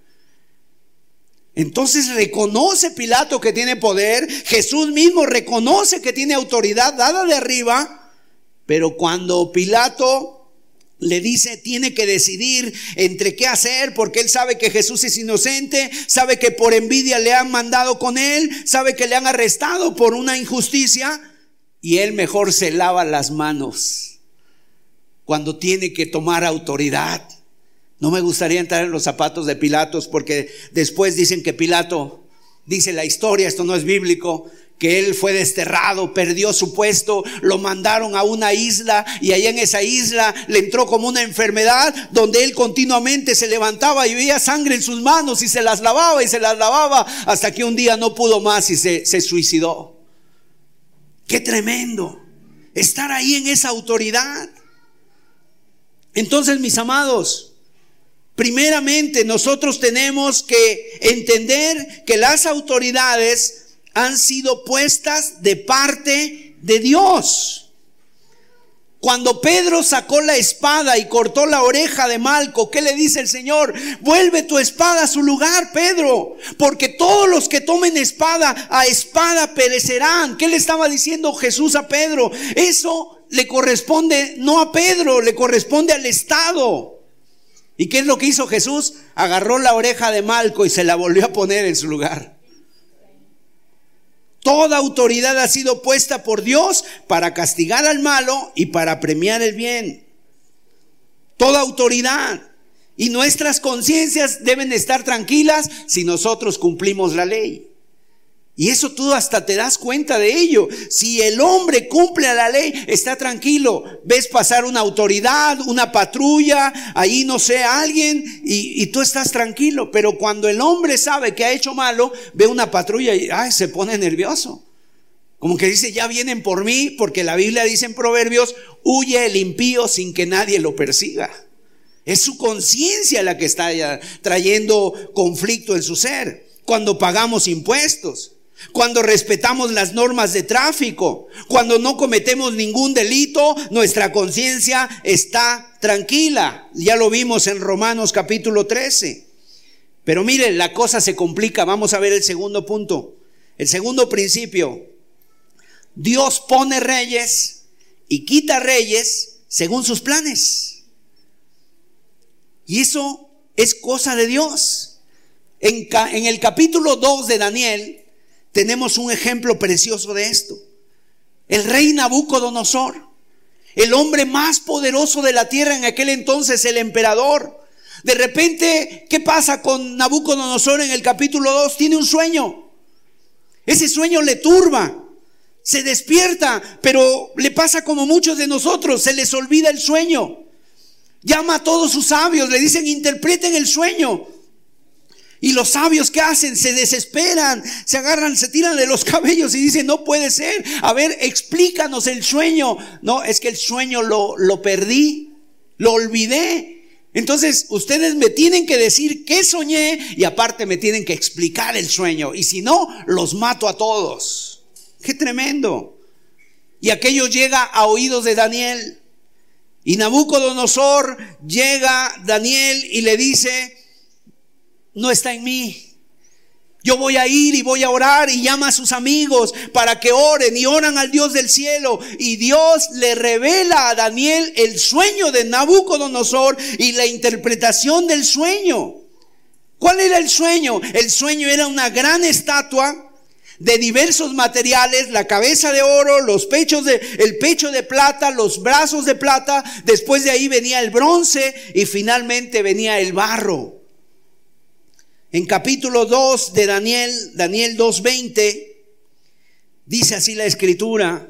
Entonces reconoce Pilato que tiene poder, Jesús mismo reconoce que tiene autoridad dada de arriba. Pero cuando Pilato le dice, tiene que decidir entre qué hacer, porque él sabe que Jesús es inocente, sabe que por envidia le han mandado con él, sabe que le han arrestado por una injusticia, y él mejor se lava las manos cuando tiene que tomar autoridad. No me gustaría entrar en los zapatos de Pilatos, porque después dicen que Pilato, dice la historia, esto no es bíblico, que él fue desterrado, perdió su puesto, lo mandaron a una isla y allá en esa isla le entró como una enfermedad donde él continuamente se levantaba y veía sangre en sus manos y se las lavaba y se las lavaba hasta que un día no pudo más y se, se suicidó. ¡Qué tremendo! Estar ahí en esa autoridad. Entonces, mis amados, primeramente nosotros tenemos que entender que las autoridades han sido puestas de parte de Dios. Cuando Pedro sacó la espada y cortó la oreja de Malco, ¿qué le dice el Señor? Vuelve tu espada a su lugar, Pedro, porque todos los que tomen espada, a espada perecerán. ¿Qué le estaba diciendo Jesús a Pedro? Eso le corresponde no a Pedro, le corresponde al Estado. ¿Y qué es lo que hizo Jesús? Agarró la oreja de Malco y se la volvió a poner en su lugar. Toda autoridad ha sido puesta por Dios para castigar al malo y para premiar el bien. Toda autoridad. Y nuestras conciencias deben estar tranquilas si nosotros cumplimos la ley. Y eso tú hasta te das cuenta de ello. Si el hombre cumple la ley, está tranquilo. Ves pasar una autoridad, una patrulla, ahí no sé, alguien, y, y tú estás tranquilo. Pero cuando el hombre sabe que ha hecho malo, ve una patrulla y ay, se pone nervioso. Como que dice, ya vienen por mí, porque la Biblia dice en Proverbios, huye el impío sin que nadie lo persiga. Es su conciencia la que está trayendo conflicto en su ser. Cuando pagamos impuestos, cuando respetamos las normas de tráfico, cuando no cometemos ningún delito, nuestra conciencia está tranquila. Ya lo vimos en Romanos capítulo trece. Pero miren, la cosa se complica. Vamos a ver el segundo punto. El segundo principio. Dios pone reyes y quita reyes según sus planes. Y eso es cosa de Dios. En, en el capítulo dos de Daniel tenemos un ejemplo precioso de esto. El rey Nabucodonosor, el hombre más poderoso de la tierra en aquel entonces, el emperador. De repente, ¿qué pasa con Nabucodonosor en el capítulo dos? Tiene un sueño. Ese sueño le turba. Se despierta, pero le pasa como muchos de nosotros, se les olvida el sueño. Llama a todos sus sabios, le dicen interpreten el sueño. Y los sabios, ¿qué hacen? Se desesperan, se agarran, se tiran de los cabellos y dicen, no puede ser. A ver, explícanos el sueño. No, es que el sueño lo, lo perdí, lo olvidé. Entonces, ustedes me tienen que decir qué soñé y aparte me tienen que explicar el sueño. Y si no, los mato a todos. ¡Qué tremendo! Y aquello llega a oídos de Daniel. Y Nabucodonosor llega Daniel y le dice, no está en mí. Yo voy a ir y voy a orar, y llama a sus amigos para que oren y oran al Dios del cielo. Y Dios le revela a Daniel el sueño de Nabucodonosor y la interpretación del sueño. ¿Cuál era el sueño? El sueño era una gran estatua de diversos materiales, la cabeza de oro, los pechos de, el pecho de plata, los brazos de plata. Después de ahí venía el bronce y finalmente venía el barro. En capítulo dos de Daniel, Daniel dos veinte, dice así la escritura: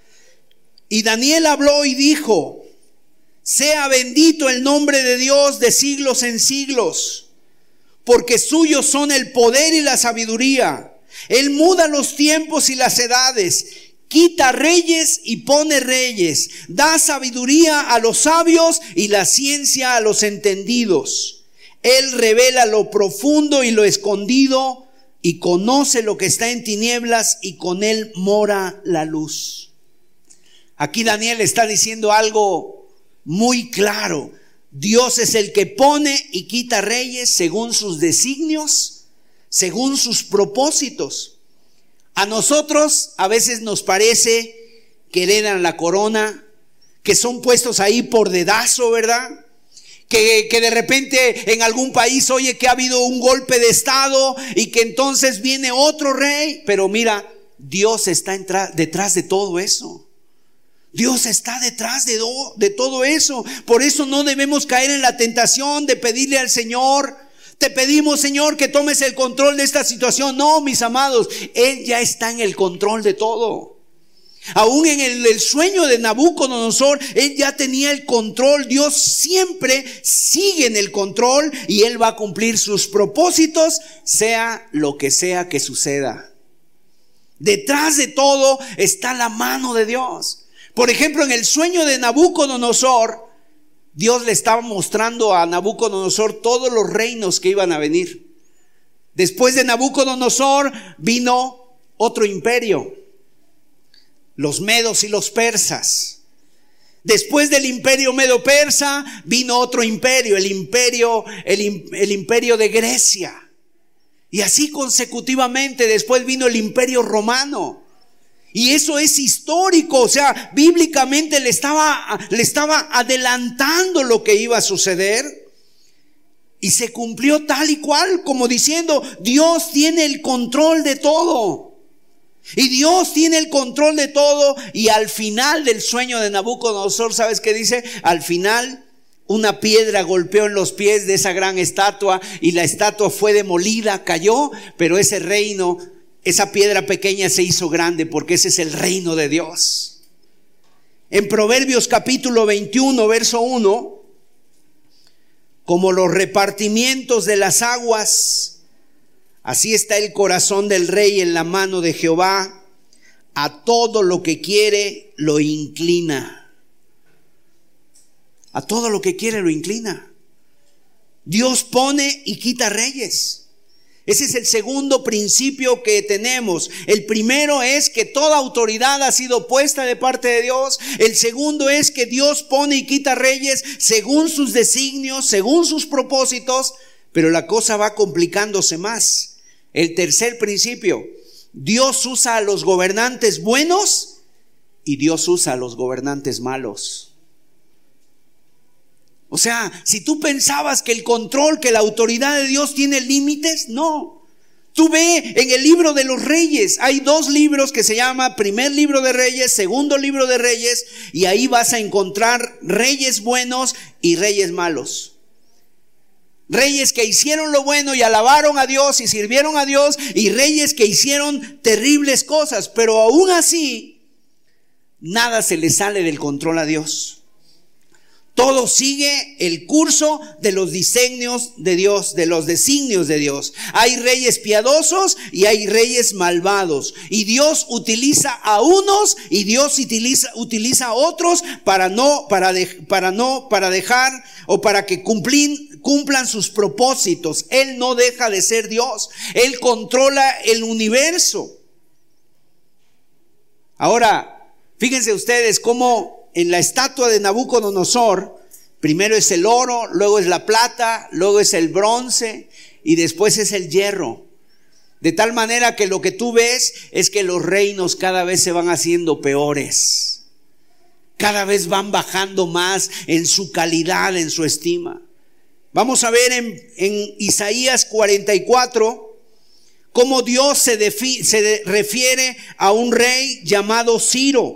y Daniel habló y dijo, sea bendito el nombre de Dios de siglos en siglos, porque suyos son el poder y la sabiduría. Él muda los tiempos y las edades, quita reyes y pone reyes, da sabiduría a los sabios y la ciencia a los entendidos. Él revela lo profundo y lo escondido, y conoce lo que está en tinieblas, y con él mora la luz. Aquí Daniel está diciendo algo muy claro. Dios es el que pone y quita reyes según sus designios, según sus propósitos. A nosotros a veces nos parece que heredan la corona, que son puestos ahí por dedazo, ¿verdad? Que, que de repente en algún país oye que ha habido un golpe de estado y que entonces viene otro rey. Pero mira, Dios está entra, detrás de todo eso. Dios está detrás de, do, de todo eso. Por eso no debemos caer en la tentación de pedirle al Señor, te pedimos, Señor, que tomes el control de esta situación. No, mis amados, Él ya está en el control de todo. Aún en el, el sueño de Nabucodonosor, Él ya tenía el control. Dios siempre sigue en el control y Él va a cumplir sus propósitos, sea lo que sea que suceda. Detrás de todo está la mano de Dios. Por ejemplo, en el sueño de Nabucodonosor, Dios le estaba mostrando a Nabucodonosor todos los reinos que iban a venir. Después de Nabucodonosor vino otro imperio, los medos y los persas. Después del imperio medo-persa vino otro imperio, el imperio, el, el imperio de Grecia. Y así consecutivamente. Después vino el imperio romano. Y eso es histórico, o sea, bíblicamente le estaba, le estaba adelantando lo que iba a suceder. Y se cumplió tal y cual, como diciendo, Dios tiene el control de todo. Y Dios tiene el control de todo. Y al final del sueño de Nabucodonosor, ¿sabes qué dice? Al final, una piedra golpeó en los pies de esa gran estatua y la estatua fue demolida, cayó, pero ese reino, esa piedra pequeña se hizo grande porque ese es el reino de Dios. En Proverbios capítulo veintiuno, verso uno, como los repartimientos de las aguas, así está el corazón del rey en la mano de Jehová, a todo lo que quiere lo inclina. A todo lo que quiere lo inclina. Dios pone y quita reyes. Ese es el segundo principio que tenemos. El primero es que toda autoridad ha sido puesta de parte de Dios. El segundo es que Dios pone y quita reyes según sus designios, según sus propósitos. Pero la cosa va complicándose más. El tercer principio: Dios usa a los gobernantes buenos y Dios usa a los gobernantes malos. O sea, si tú pensabas que el control, que la autoridad de Dios tiene límites, no. Tú ve en el libro de los reyes, hay dos libros que se llama primer libro de reyes, segundo libro de reyes, y ahí vas a encontrar reyes buenos y reyes malos. Reyes que hicieron lo bueno y alabaron a Dios y sirvieron a Dios, y reyes que hicieron terribles cosas, pero aún así, nada se le sale del control a Dios. Todo sigue el curso de los diseños de Dios, de los designios de Dios. Hay reyes piadosos y hay reyes malvados. Y Dios utiliza a unos y Dios utiliza, utiliza a otros para no, para de, para no, para dejar o para que cumplir, cumplan sus propósitos. Él no deja de ser Dios. Él controla el universo. Ahora, fíjense ustedes cómo en la estatua de Nabucodonosor, primero es el oro, luego es la plata, luego es el bronce y después es el hierro. De tal manera que lo que tú ves es que los reinos cada vez se van haciendo peores. Cada vez van bajando más en su calidad, en su estima. Vamos a ver en, en Isaías cuarenta y cuatro cómo Dios se, defi, se de, refiere a un rey llamado Ciro.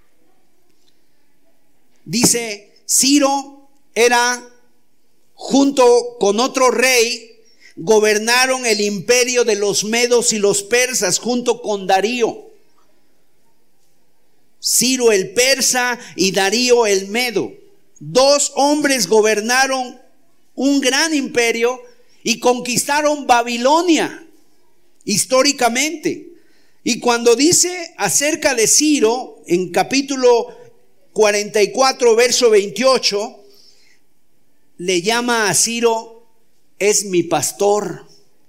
Dice, Ciro era, junto con otro rey, gobernaron el imperio de los medos y los persas junto con Darío. Ciro el persa y Darío el medo. Dos hombres gobernaron un gran imperio y conquistaron Babilonia históricamente. Y cuando dice acerca de Ciro en capítulo cuarenta y cuatro, verso veintiocho, le llama a Ciro, es mi pastor,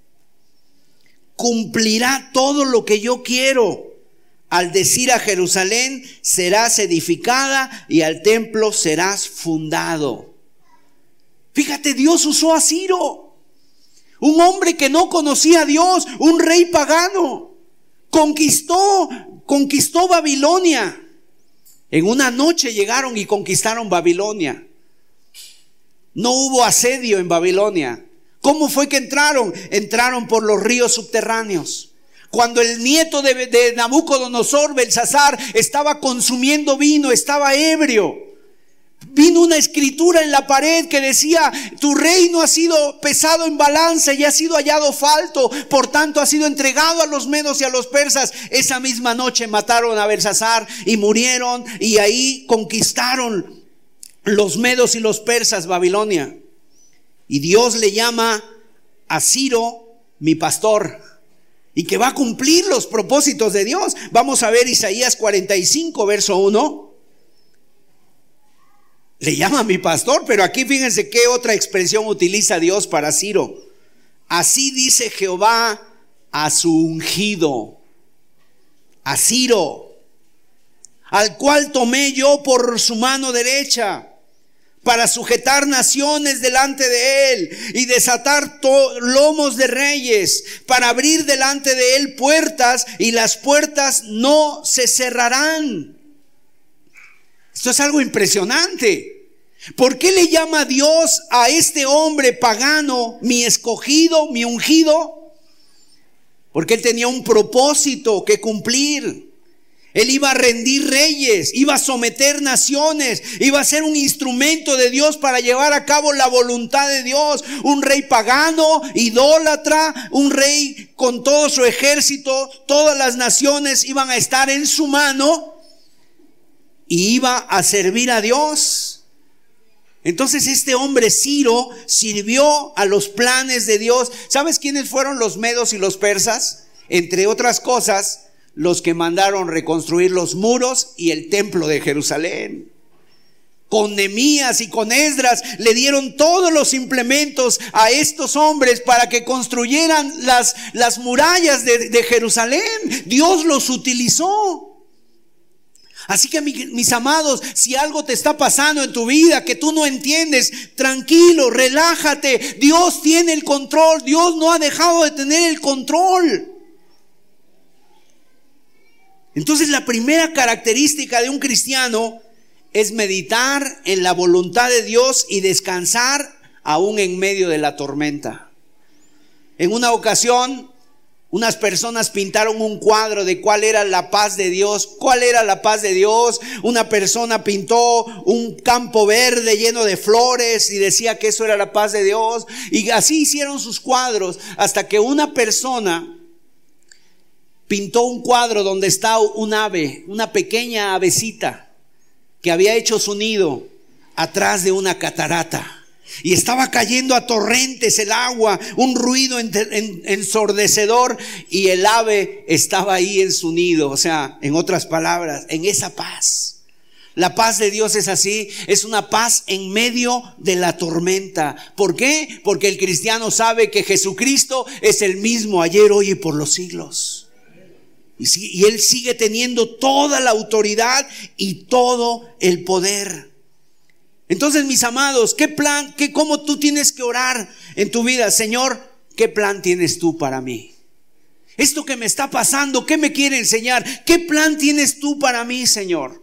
cumplirá todo lo que yo quiero. Al decir a Jerusalén, serás edificada, y al templo serás fundado. Fíjate, Dios usó a Ciro, un hombre que no conocía a Dios, un rey pagano, conquistó, conquistó Babilonia. En una noche llegaron y conquistaron Babilonia. No hubo asedio en Babilonia. ¿Cómo fue que entraron? Entraron por los ríos subterráneos. Cuando el nieto de, de Nabucodonosor, Belsasar, estaba consumiendo vino, estaba ebrio, vino una escritura en la pared que decía: tu reino ha sido pesado en balanza y ha sido hallado falto, por tanto ha sido entregado a los medos y a los persas. Esa misma noche mataron a Belsasar y murieron, y ahí conquistaron los medos y los persas Babilonia. Y Dios le llama a Ciro mi pastor, y que va a cumplir los propósitos de Dios. Vamos a ver Isaías cuarenta y cinco, verso uno. Le llama mi pastor, pero aquí fíjense qué otra expresión utiliza Dios para Ciro. Así dice Jehová a su ungido, a Ciro, al cual tomé yo por su mano derecha, para sujetar naciones delante de él y desatar to- lomos de reyes, para abrir delante de él puertas, y las puertas no se cerrarán. Esto es algo impresionante. ¿Por qué le llama Dios a este hombre pagano mi escogido, mi ungido? Porque él tenía un propósito que cumplir. Él iba a rendir reyes, iba a someter naciones, iba a ser un instrumento de Dios para llevar a cabo la voluntad de Dios. Un rey pagano, idólatra, un rey con todo su ejército, todas las naciones iban a estar en su mano y iba a servir a Dios. Entonces este hombre Ciro sirvió a los planes de Dios. ¿Sabes quiénes fueron los medos y los persas? Entre otras cosas, los que mandaron reconstruir los muros y el templo de Jerusalén. Con Nehemías y con Esdras le dieron todos los implementos a estos hombres para que construyeran las, las murallas de, de Jerusalén. Dios los utilizó. Así que mis amados, si algo te está pasando en tu vida que tú no entiendes, tranquilo, relájate. Dios tiene el control. Dios no ha dejado de tener el control. Entonces la primera característica de un cristiano es meditar en la voluntad de Dios y descansar aún en medio de la tormenta. En una ocasión, unas personas pintaron un cuadro de cuál era la paz de Dios. ¿Cuál era la paz de Dios? Una persona pintó un campo verde lleno de flores y decía que eso era la paz de Dios. Y así hicieron sus cuadros hasta que una persona pintó un cuadro donde está un ave, una pequeña avecita que había hecho su nido atrás de una catarata. Y estaba cayendo a torrentes el agua, un ruido ensordecedor, y el ave estaba ahí en su nido. O sea, en otras palabras, en esa paz. La paz de Dios es así, es una paz en medio de la tormenta. ¿Por qué? Porque el cristiano sabe que Jesucristo es el mismo ayer, hoy y por los siglos. Y, si, y Él sigue teniendo toda la autoridad y todo el poder. Entonces, mis amados, ¿qué plan, qué, cómo tú tienes que orar en tu vida? Señor, ¿qué plan tienes tú para mí? Esto que me está pasando, ¿qué me quiere enseñar? ¿Qué plan tienes tú para mí, Señor?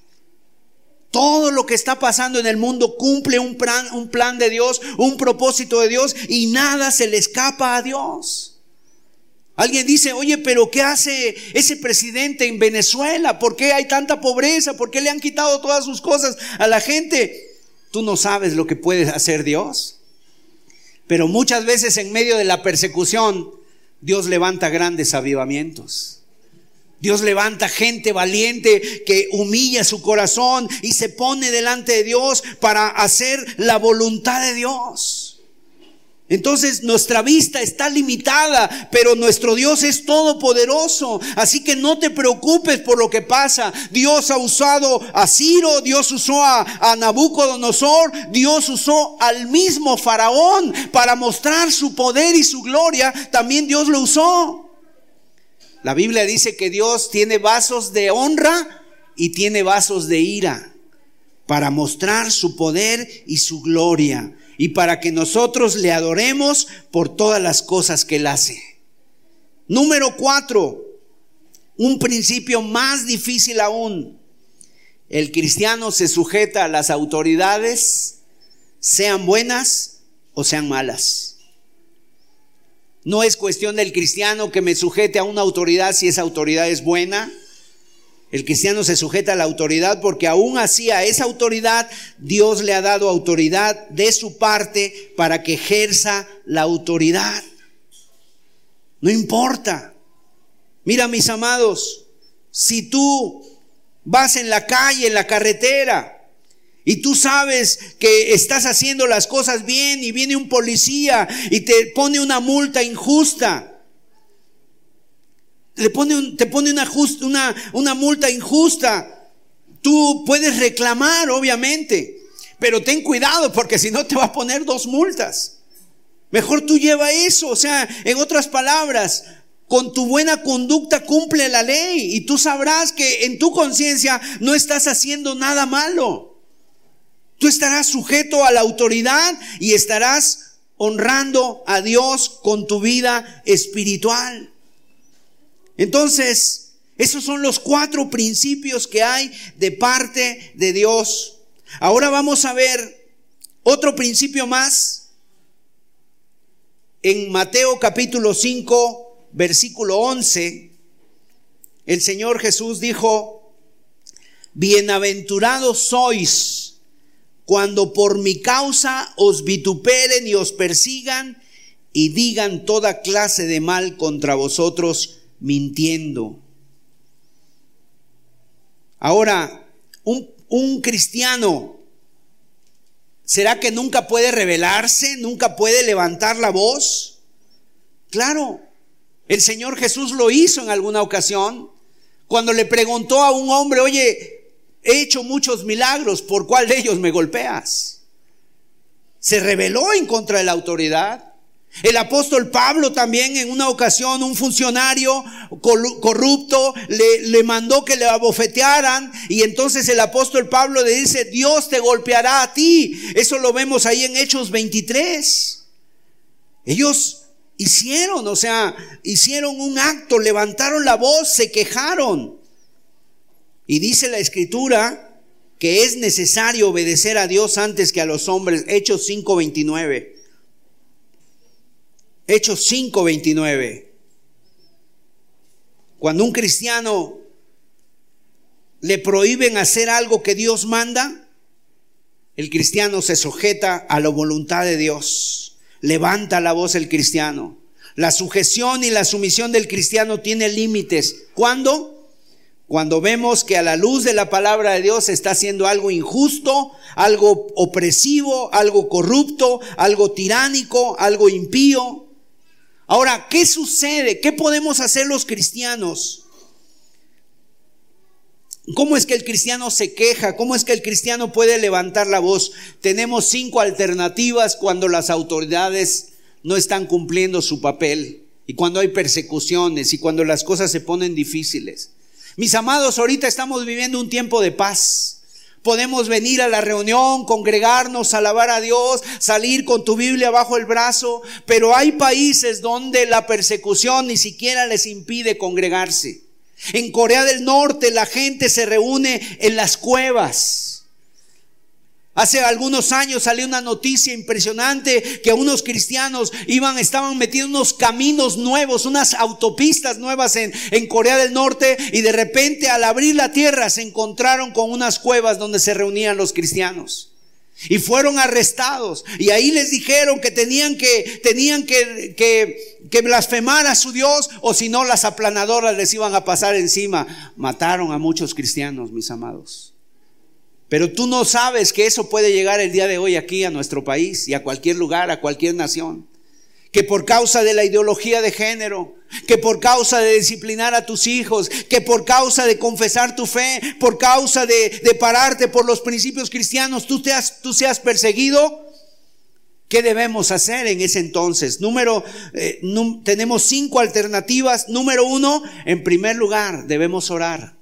Todo lo que está pasando en el mundo cumple un plan, un plan de Dios, un propósito de Dios, y nada se le escapa a Dios. Alguien dice, oye, pero ¿qué hace ese presidente en Venezuela? ¿Por qué hay tanta pobreza? ¿Por qué le han quitado todas sus cosas a la gente? Tú no sabes lo que puede hacer Dios. Pero muchas veces en medio de la persecución, Dios levanta grandes avivamientos. Dios levanta gente valiente que humilla su corazón y se pone delante de Dios para hacer la voluntad de Dios. Entonces nuestra vista está limitada, pero nuestro Dios es todopoderoso. Así que no te preocupes por lo que pasa. Dios ha usado a Ciro, Dios usó a, a Nabucodonosor, Dios usó al mismo Faraón para mostrar su poder y su gloria. También Dios lo usó. La Biblia dice que Dios tiene vasos de honra y tiene vasos de ira para mostrar su poder y su gloria, y para que nosotros le adoremos por todas las cosas que Él hace. Número cuatro, un principio más difícil aún. El cristiano se sujeta a las autoridades, sean buenas o sean malas. No es cuestión del cristiano que me sujete a una autoridad si esa autoridad es buena. El cristiano se sujeta a la autoridad porque aún así a esa autoridad Dios le ha dado autoridad de su parte para que ejerza la autoridad. No importa. Mira, mis amados, si tú vas en la calle, en la carretera, y tú sabes que estás haciendo las cosas bien y viene un policía y te pone una multa injusta, Le pone un, te pone una, just, una, una multa injusta, tú puedes reclamar, obviamente, pero ten cuidado porque si no te va a poner dos multas. Mejor tú lleva eso. O sea, en otras palabras, con tu buena conducta cumple la ley y tú sabrás que en tu conciencia no estás haciendo nada malo. Tú estarás sujeto a la autoridad y estarás honrando a Dios con tu vida espiritual. Entonces, esos son los cuatro principios que hay de parte de Dios. Ahora vamos a ver otro principio más en Mateo capítulo cinco, versículo once. el Señor Jesús dijo: bienaventurados sois cuando por mi causa os vituperen y os persigan y digan toda clase de mal contra vosotros mintiendo. Ahora, un, un cristiano, ¿será que nunca puede rebelarse? ¿Nunca puede levantar la voz? Claro, el Señor Jesús lo hizo en alguna ocasión, cuando le preguntó a un hombre: oye, he hecho muchos milagros, ¿por cuál de ellos me golpeas? Se rebeló en contra de la autoridad. El apóstol Pablo también, en una ocasión, un funcionario corrupto le, le mandó que le abofetearan, y entonces el apóstol Pablo le dice: Dios te golpeará a ti. Eso lo vemos ahí en Hechos veintitrés. Ellos hicieron, o sea, hicieron un acto, levantaron la voz, se quejaron. Y dice la Escritura que es necesario obedecer a Dios antes que a los hombres. Hechos cinco veintinueve. Hechos cinco veintinueve. Cuando un cristiano le prohíben hacer algo que Dios manda, el cristiano se sujeta a la voluntad de Dios. Levanta la voz el cristiano. La sujeción y la sumisión del cristiano tiene límites. ¿Cuándo? Cuando vemos que a la luz de la palabra de Dios está haciendo algo injusto, algo opresivo, algo corrupto, algo tiránico, algo impío. Ahora, ¿qué sucede? ¿Qué podemos hacer los cristianos? ¿Cómo es que el cristiano se queja? ¿Cómo es que el cristiano puede levantar la voz? Tenemos cinco alternativas cuando las autoridades no están cumpliendo su papel, y cuando hay persecuciones, y cuando las cosas se ponen difíciles. Mis amados, ahorita estamos viviendo un tiempo de paz. Podemos venir a la reunión, congregarnos, alabar a Dios, salir con tu Biblia bajo el brazo, pero hay países donde la persecución ni siquiera les impide congregarse. En Corea del Norte la gente se reúne en las cuevas. Hace algunos años salió una noticia impresionante que unos cristianos iban, estaban metiendo unos caminos nuevos, unas autopistas nuevas en, en Corea del Norte, y de repente al abrir la tierra se encontraron con unas cuevas donde se reunían los cristianos. Y fueron arrestados, y ahí les dijeron que tenían que, tenían que, que, que blasfemar a su Dios, o si no las aplanadoras les iban a pasar encima. Mataron a muchos cristianos, mis amados. Pero tú no sabes que eso puede llegar el día de hoy aquí a nuestro país y a cualquier lugar, a cualquier nación. Que por causa de la ideología de género, que por causa de disciplinar a tus hijos, que por causa de confesar tu fe, por causa de, de pararte por los principios cristianos, tú, te has, tú seas perseguido. ¿Qué debemos hacer en ese entonces? Número, eh, num, tenemos cinco alternativas. Número uno, en primer lugar, debemos orar.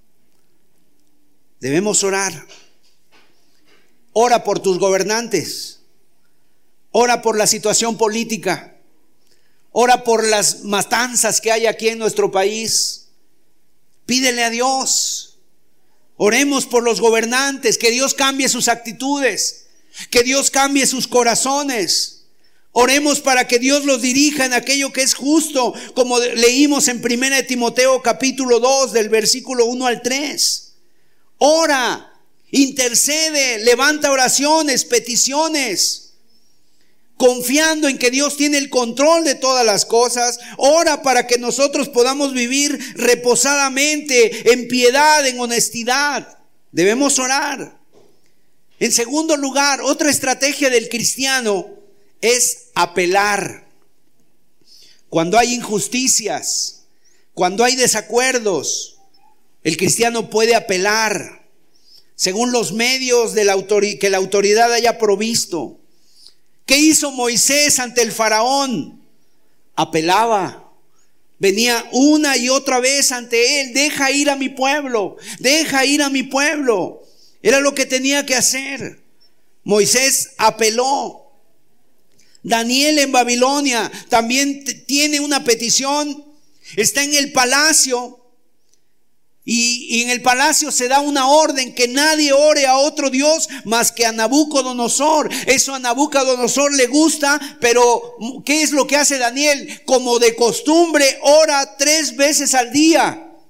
Debemos orar. Ora por tus gobernantes. Ora por la situación política. Ora por las matanzas que hay aquí en nuestro país. Pídele a Dios. Oremos por los gobernantes, que Dios cambie sus actitudes, que Dios cambie sus corazones. Oremos para que Dios los dirija en aquello que es justo, como leímos en primera de Timoteo capítulo dos del versículo uno al tres. Ora, intercede, levanta oraciones, peticiones, confiando en que Dios tiene el control de todas las cosas. Ora para que nosotros podamos vivir reposadamente, en piedad, en honestidad. Debemos orar. En segundo lugar, otra estrategia del cristiano es apelar. Cuando hay injusticias, cuando hay desacuerdos, el cristiano puede apelar según los medios de la autoridad, que la autoridad haya provisto. ¿Qué hizo Moisés ante el faraón? Apelaba. Venía una y otra vez ante él: deja ir a mi pueblo, deja ir a mi pueblo. Era lo que tenía que hacer. Moisés apeló. Daniel en Babilonia también t- tiene una petición. Está en el palacio. Y, y en el palacio se da una orden que nadie ore a otro Dios más que a Nabucodonosor. Eso a Nabucodonosor le gusta, pero ¿qué es lo que hace Daniel? Como de costumbre, ora tres veces al día.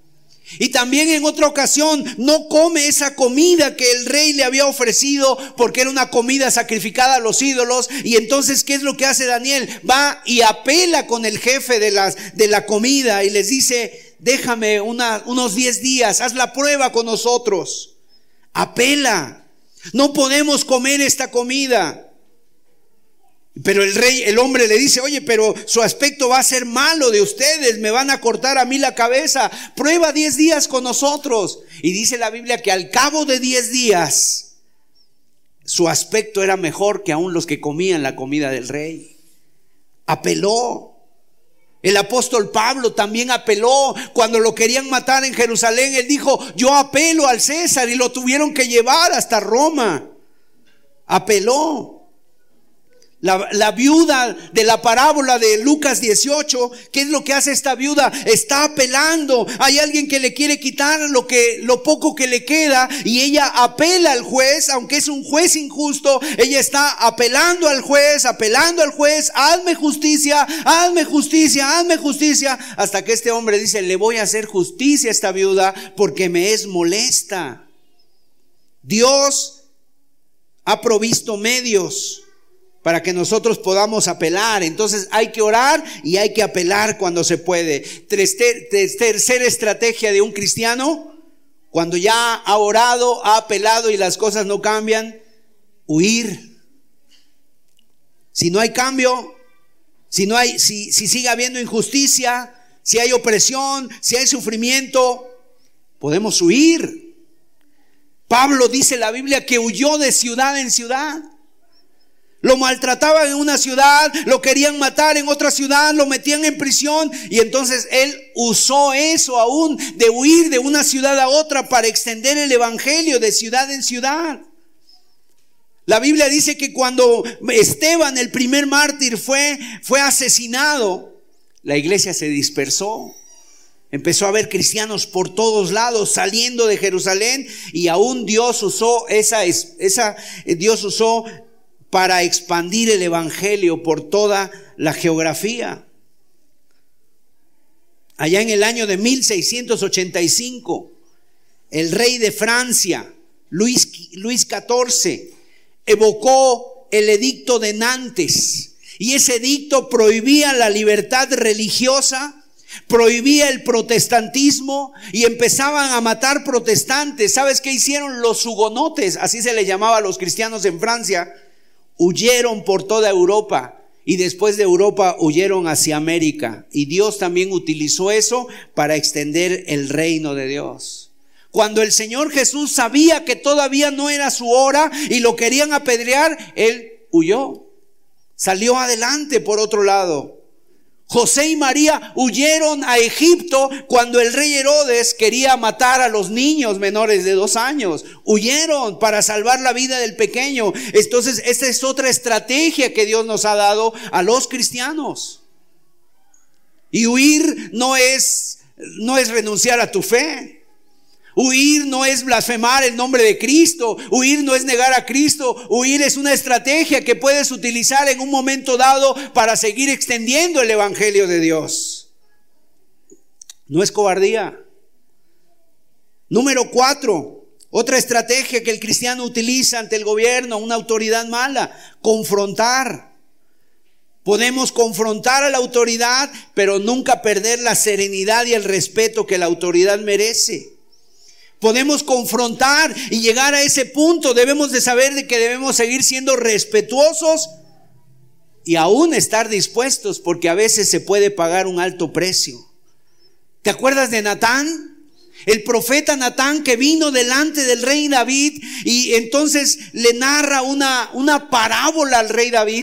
Y también en otra ocasión no come esa comida que el rey le había ofrecido porque era una comida sacrificada a los ídolos. Y entonces, ¿qué es lo que hace Daniel? Va y apela con el jefe de, las, de la comida y les dice: déjame una, unos diez días, haz la prueba con nosotros. Apela. No podemos comer esta comida. Pero el rey, el hombre le dice: oye, pero su aspecto va a ser malo de ustedes, me van a cortar a mí la cabeza. Prueba diez días con nosotros. Y dice la Biblia que al cabo de diez días su aspecto era mejor que aún los que comían la comida del rey. Apeló. El apóstol Pablo también apeló. Cuando lo querían matar en Jerusalén, él dijo: yo apelo al César, y lo tuvieron que llevar hasta Roma. Apeló. La, la viuda de la parábola de Lucas dieciocho, ¿qué es lo que hace esta viuda? Está apelando. Hay alguien que le quiere quitar lo que, lo poco que le queda, y ella apela al juez, aunque es un juez injusto. Ella está apelando al juez, apelando al juez: hazme justicia, hazme justicia, hazme justicia, hasta que este hombre dice: le voy a hacer justicia a esta viuda porque me es molesta. Dios ha provisto medios para que nosotros podamos apelar. Entonces hay que orar y hay que apelar cuando se puede. Tercera estrategia de un cristiano: cuando ya ha orado, ha apelado y las cosas no cambian, huir. Si no hay cambio, si no hay, si, si sigue habiendo injusticia, si hay opresión, si hay sufrimiento, podemos huir. Pablo dice en la Biblia que huyó de ciudad en ciudad. Lo maltrataban en una ciudad, lo querían matar en otra ciudad, lo metían en prisión, y entonces él usó eso aún de huir de una ciudad a otra para extender el evangelio de ciudad en ciudad. La Biblia dice que cuando Esteban, el primer mártir, fue, fue asesinado, la iglesia se dispersó. Empezó a haber cristianos por todos lados saliendo de Jerusalén, y aún Dios usó esa, esa Dios usó para expandir el evangelio por toda la geografía. Allá en el año de mil seiscientos ochenta y cinco, el rey de Francia, Luis, Luis catorce, evocó el edicto de Nantes, y ese edicto prohibía la libertad religiosa, prohibía el protestantismo, y empezaban a matar protestantes. ¿Sabes qué hicieron los hugonotes? Así se les llamaba a los cristianos en Francia. Huyeron por toda Europa, y después de Europa huyeron hacia América, y Dios también utilizó eso para extender el reino de Dios. Cuando el Señor Jesús sabía que todavía no era su hora y lo querían apedrear, Él huyó, salió adelante por otro lado. José y María huyeron a Egipto cuando el rey Herodes quería matar a los niños menores de dos años. Huyeron para salvar la vida del pequeño. Entonces, esta es otra estrategia que Dios nos ha dado a los cristianos. Y huir no es, no es renunciar a tu fe. Huir no es blasfemar el nombre de Cristo. Huir no es negar a Cristo. Huir es una estrategia que puedes utilizar en un momento dado para seguir extendiendo el evangelio de Dios. No es cobardía. Número cuatro, otra estrategia que el cristiano utiliza ante el gobierno, una autoridad mala: confrontar. Podemos confrontar a la autoridad, pero nunca perder la serenidad y el respeto que la autoridad merece. Podemos confrontar y llegar a ese punto. Debemos de saber de que debemos seguir siendo respetuosos y aún estar dispuestos, porque a veces se puede pagar un alto precio. ¿Te acuerdas de Natán? El profeta Natán, que vino delante del rey David y entonces le narra una, una parábola al rey David.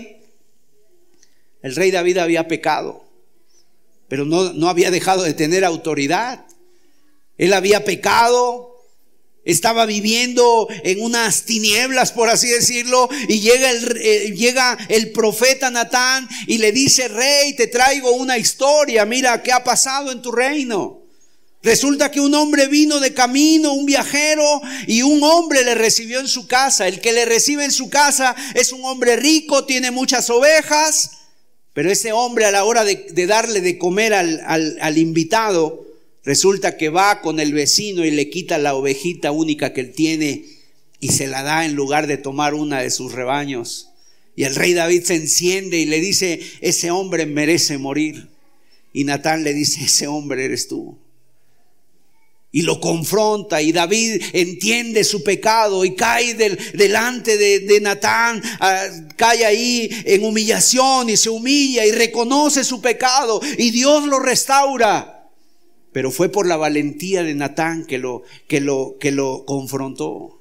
El rey David había pecado, pero no, no había dejado de tener autoridad. Él había pecado, estaba viviendo en unas tinieblas, por así decirlo, y llega el, eh, llega el profeta Natán y le dice: rey, te traigo una historia, mira qué ha pasado en tu reino. Resulta que un hombre vino de camino, un viajero, y un hombre le recibió en su casa. El que le recibe en su casa es un hombre rico, tiene muchas ovejas, pero ese hombre, a la hora de, de darle de comer al, al, al invitado, Resulta que va con el vecino y le quita la ovejita única que él tiene y se la da en lugar de tomar una de sus rebaños. Y el rey David se enciende y le dice: ese hombre merece morir. Y Natán le dice: ese hombre eres tú. Y lo confronta, y David entiende su pecado y cae del, delante de, de Natán, uh, cae ahí en humillación y se humilla y reconoce su pecado y Dios lo restaura. Pero fue por la valentía de Natán que lo, que lo, que lo confrontó.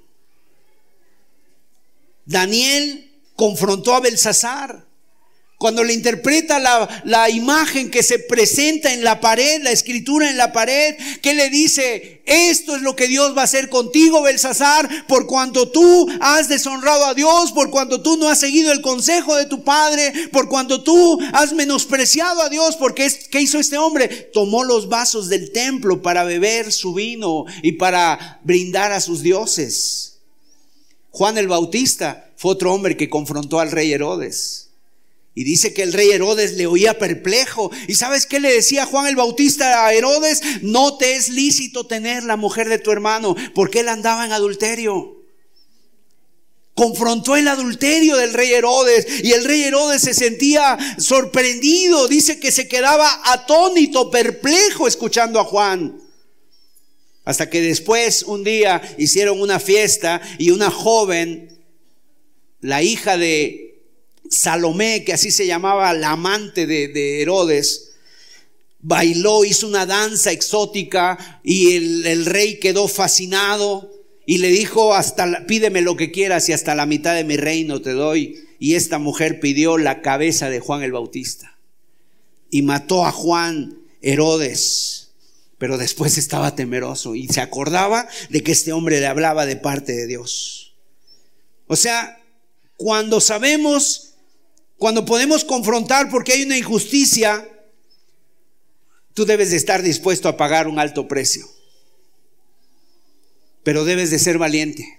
Daniel confrontó a Belsasar. Cuando le interpreta la, la imagen que se presenta en la pared, la escritura en la pared, que le dice: esto es lo que Dios va a hacer contigo, Belsasar, por cuanto tú has deshonrado a Dios, por cuanto tú no has seguido el consejo de tu padre, por cuanto tú has menospreciado a Dios. Porque ¿qué hizo este hombre? Tomó los vasos del templo para beber su vino y para brindar a sus dioses. Juan el Bautista fue otro hombre que confrontó al rey Herodes. Y dice que el rey Herodes le oía perplejo. ¿Y sabes qué le decía Juan el Bautista a Herodes? No te es lícito tener la mujer de tu hermano, porque él andaba en adulterio. Confrontó el adulterio del rey Herodes, y el rey Herodes se sentía sorprendido. Dice que se quedaba atónito, perplejo, escuchando a Juan. Hasta que después, un día, hicieron una fiesta y una joven, la hija de Salomé, que así se llamaba, la amante de, de Herodes, bailó, hizo una danza exótica, y el, el rey quedó fascinado y le dijo: hasta la, pídeme lo que quieras y hasta la mitad de mi reino te doy. Y esta mujer pidió la cabeza de Juan el Bautista, y mató a Juan Herodes. Pero después estaba temeroso y se acordaba de que este hombre le hablaba de parte de Dios. O sea, cuando sabemos, cuando podemos confrontar porque hay una injusticia, tú debes de estar dispuesto a pagar un alto precio. Pero debes de ser valiente.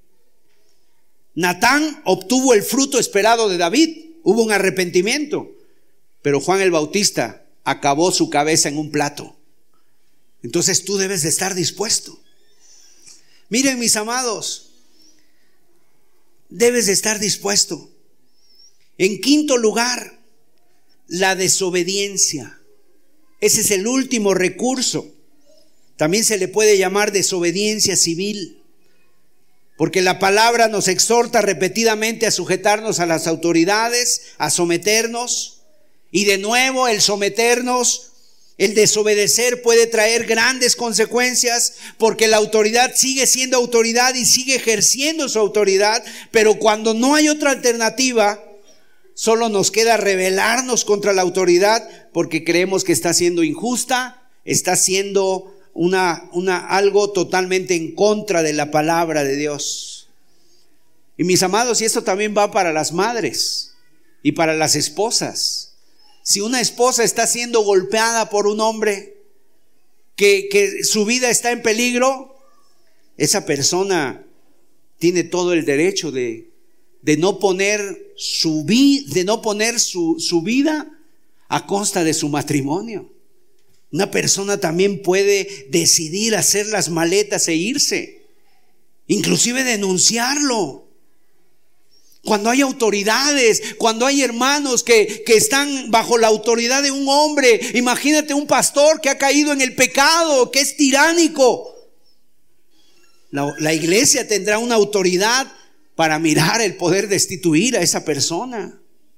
Natán obtuvo el fruto esperado de David. Hubo un arrepentimiento. Pero Juan el Bautista acabó su cabeza en un plato. Entonces tú debes de estar dispuesto. Miren, mis amados, debes de estar dispuesto. En quinto lugar, la desobediencia. Ese es el último recurso. También se le puede llamar desobediencia civil, porque la palabra nos exhorta repetidamente a sujetarnos a las autoridades, a someternos. Y de nuevo, el someternos, el desobedecer puede traer grandes consecuencias, porque la autoridad sigue siendo autoridad y sigue ejerciendo su autoridad. Pero cuando no hay otra alternativa, solo nos queda rebelarnos contra la autoridad, porque creemos que está siendo injusta, está siendo una, una, algo totalmente en contra de la palabra de Dios. Y mis amados, y esto también va para las madres y para las esposas. Si una esposa está siendo golpeada por un hombre, que, que su vida está en peligro, esa persona tiene todo el derecho de de no poner su vida, de no poner su, su vida a costa de su matrimonio. Una persona también puede decidir hacer las maletas e irse, inclusive denunciarlo. Cuando hay autoridades, cuando hay hermanos que, que están bajo la autoridad de un hombre, imagínate un pastor que ha caído en el pecado, que es tiránico. La, la iglesia tendrá una autoridad para mirar el poder destituir a esa persona.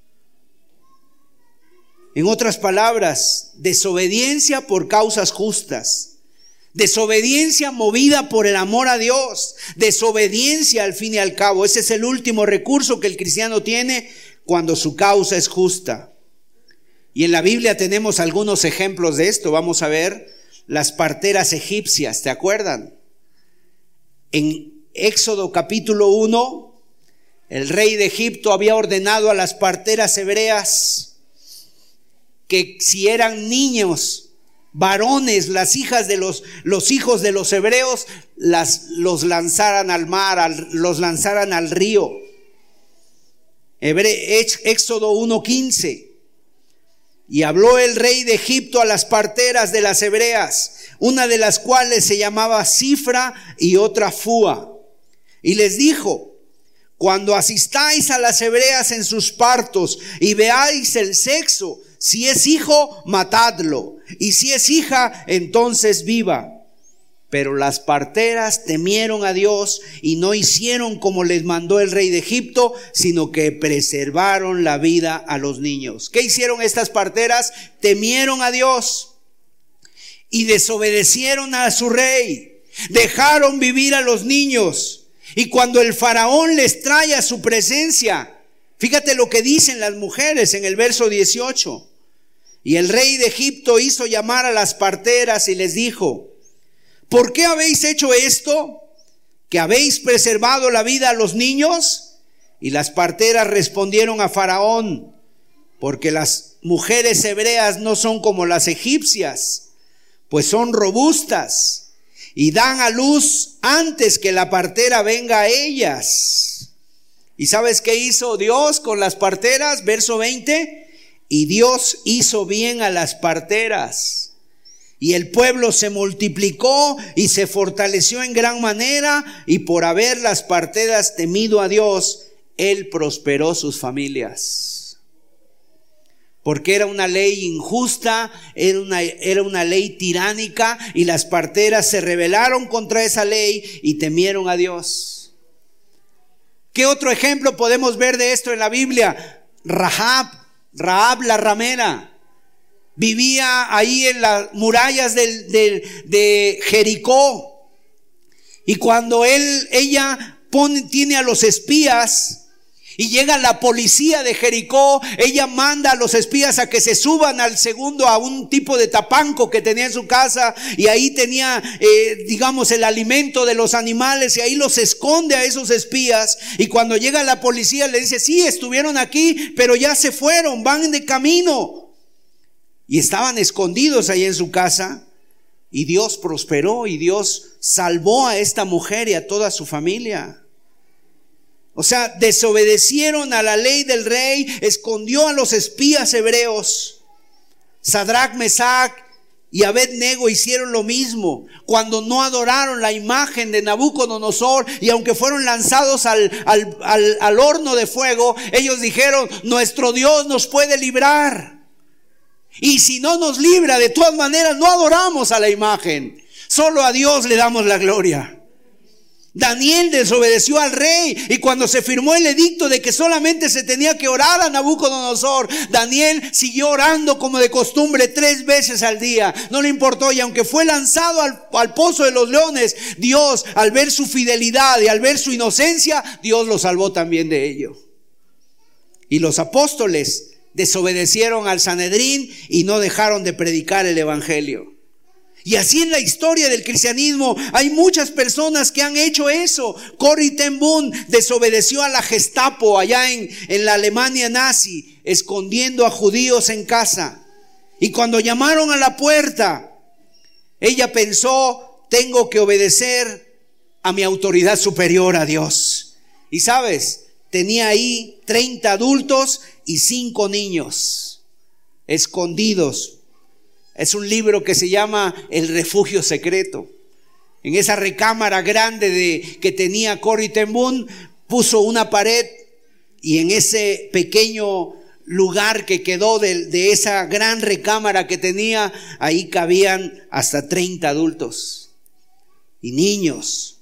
En otras palabras, desobediencia por causas justas, desobediencia movida por el amor a Dios, desobediencia al fin y al cabo. Ese es el último recurso que el cristiano tiene cuando su causa es justa. Y en la Biblia tenemos algunos ejemplos de esto. Vamos a ver las parteras egipcias, ¿te acuerdan? En Éxodo capítulo uno, el rey de Egipto había ordenado a las parteras hebreas que si eran niños, varones, las hijas de los, los hijos de los hebreos, las, los lanzaran al mar, al, los lanzaran al río. Hebre, Éxodo uno quince. Y habló el rey de Egipto a las parteras de las hebreas: una de las cuales se llamaba Cifra y otra Fua. Y les dijo: cuando asistáis a las hebreas en sus partos y veáis el sexo, si es hijo, matadlo, y si es hija, entonces viva. Pero las parteras temieron a Dios y no hicieron como les mandó el rey de Egipto, sino que preservaron la vida a los niños. ¿Qué hicieron estas parteras? Temieron a Dios y desobedecieron a su rey. Dejaron vivir a los niños. Y cuando el faraón les trae a su presencia, fíjate lo que dicen las mujeres en el verso dieciocho. Y el rey de Egipto hizo llamar a las parteras y les dijo: ¿por qué habéis hecho esto? ¿Que habéis preservado la vida a los niños? Y las parteras respondieron a Faraón: porque las mujeres hebreas no son como las egipcias, pues son robustas y dan a luz antes que la partera venga a ellas. ¿Y sabes qué hizo Dios con las parteras? Verso veinte. Y Dios hizo bien a las parteras. Y el pueblo se multiplicó y se fortaleció en gran manera, y por haber las parteras temido a Dios, Él prosperó sus familias. Porque era una ley injusta, era una, era una ley tiránica, y las parteras se rebelaron contra esa ley y temieron a Dios. ¿Qué otro ejemplo podemos ver de esto en la Biblia? Rahab, Rahab la ramera. Vivía ahí en las murallas del, del, de Jericó. Y cuando él, ella pone, tiene a los espías y llega la policía de Jericó, ella manda a los espías a que se suban al segundo, a un tipo de tapanco que tenía en su casa, y ahí tenía eh, digamos el alimento de los animales, y ahí los esconde a esos espías. Y cuando llega la policía le dice: sí, estuvieron aquí, pero ya se fueron, van de camino. Y estaban escondidos ahí en su casa, y Dios prosperó y Dios salvó a esta mujer y a toda su familia. O sea, desobedecieron a la ley del rey, escondió a los espías hebreos. Sadrach, Mesach y Abed-nego hicieron lo mismo cuando no adoraron la imagen de Nabucodonosor, y aunque fueron lanzados al, al, al, al horno de fuego, ellos dijeron: nuestro Dios nos puede librar. Y si no nos libra, de todas maneras no adoramos a la imagen, solo a Dios le damos la gloria. Daniel desobedeció al rey, y cuando se firmó el edicto de que solamente se tenía que orar a Nabucodonosor, Daniel siguió orando como de costumbre tres veces al día. No le importó, y aunque fue lanzado al, al pozo de los leones, Dios, al ver su fidelidad y al ver su inocencia, Dios lo salvó también de ello. Y los apóstoles desobedecieron al Sanedrín y no dejaron de predicar el evangelio. Y así en la historia del cristianismo hay muchas personas que han hecho eso. Corrie ten Boom desobedeció a la Gestapo allá en, en la Alemania nazi, escondiendo a judíos en casa. Y cuando llamaron a la puerta, ella pensó: tengo que obedecer a mi autoridad superior, a Dios. Y sabes, tenía ahí treinta adultos y cinco niños escondidos. Es un libro que se llama El refugio secreto. En esa recámara grande de, que tenía Corrie ten Boom, puso una pared, y en ese pequeño lugar que quedó de, de esa gran recámara que tenía, ahí cabían hasta treinta adultos y niños.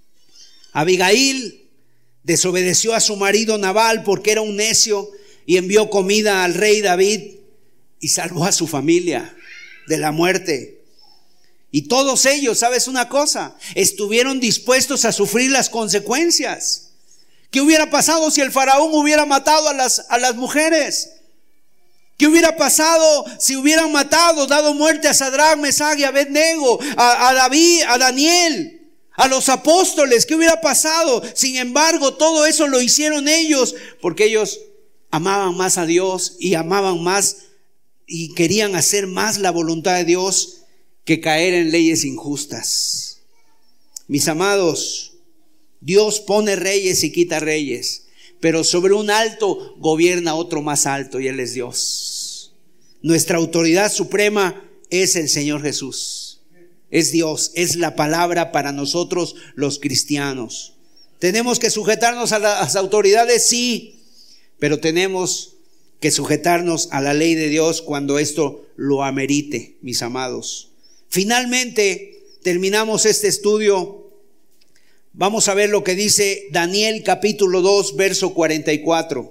Abigail desobedeció a su marido Nabal porque era un necio, y envió comida al rey David y salvó a su familia de la muerte. Y todos ellos, ¿sabes una cosa? Estuvieron dispuestos a sufrir las consecuencias. ¿Qué hubiera pasado si el faraón hubiera matado a las, a las mujeres? ¿Qué hubiera pasado si hubieran matado, dado muerte a Sadrach, Mesach y Abed-nego, a, a David, a Daniel, a los apóstoles? ¿Qué hubiera pasado? Sin embargo, todo eso lo hicieron ellos porque ellos amaban más a Dios y amaban más y querían hacer más la voluntad de Dios que caer en leyes injustas. Mis amados, Dios pone reyes y quita reyes, pero sobre un alto gobierna otro más alto, y Él es Dios. Nuestra autoridad suprema es el Señor Jesús. es Dios, es la palabra para nosotros los cristianos. ¿Tenemos que sujetarnos a las autoridades? Sí, pero tenemos que sujetarnos a la ley de Dios cuando esto lo amerite, mis amados. Finalmente, terminamos este estudio. Vamos a ver lo que dice Daniel capítulo dos, verso cuarenta y cuatro.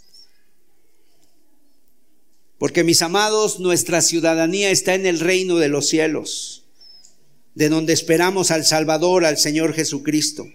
Porque, mis amados, nuestra ciudadanía está en el reino de los cielos, de donde esperamos al Salvador, al Señor Jesucristo.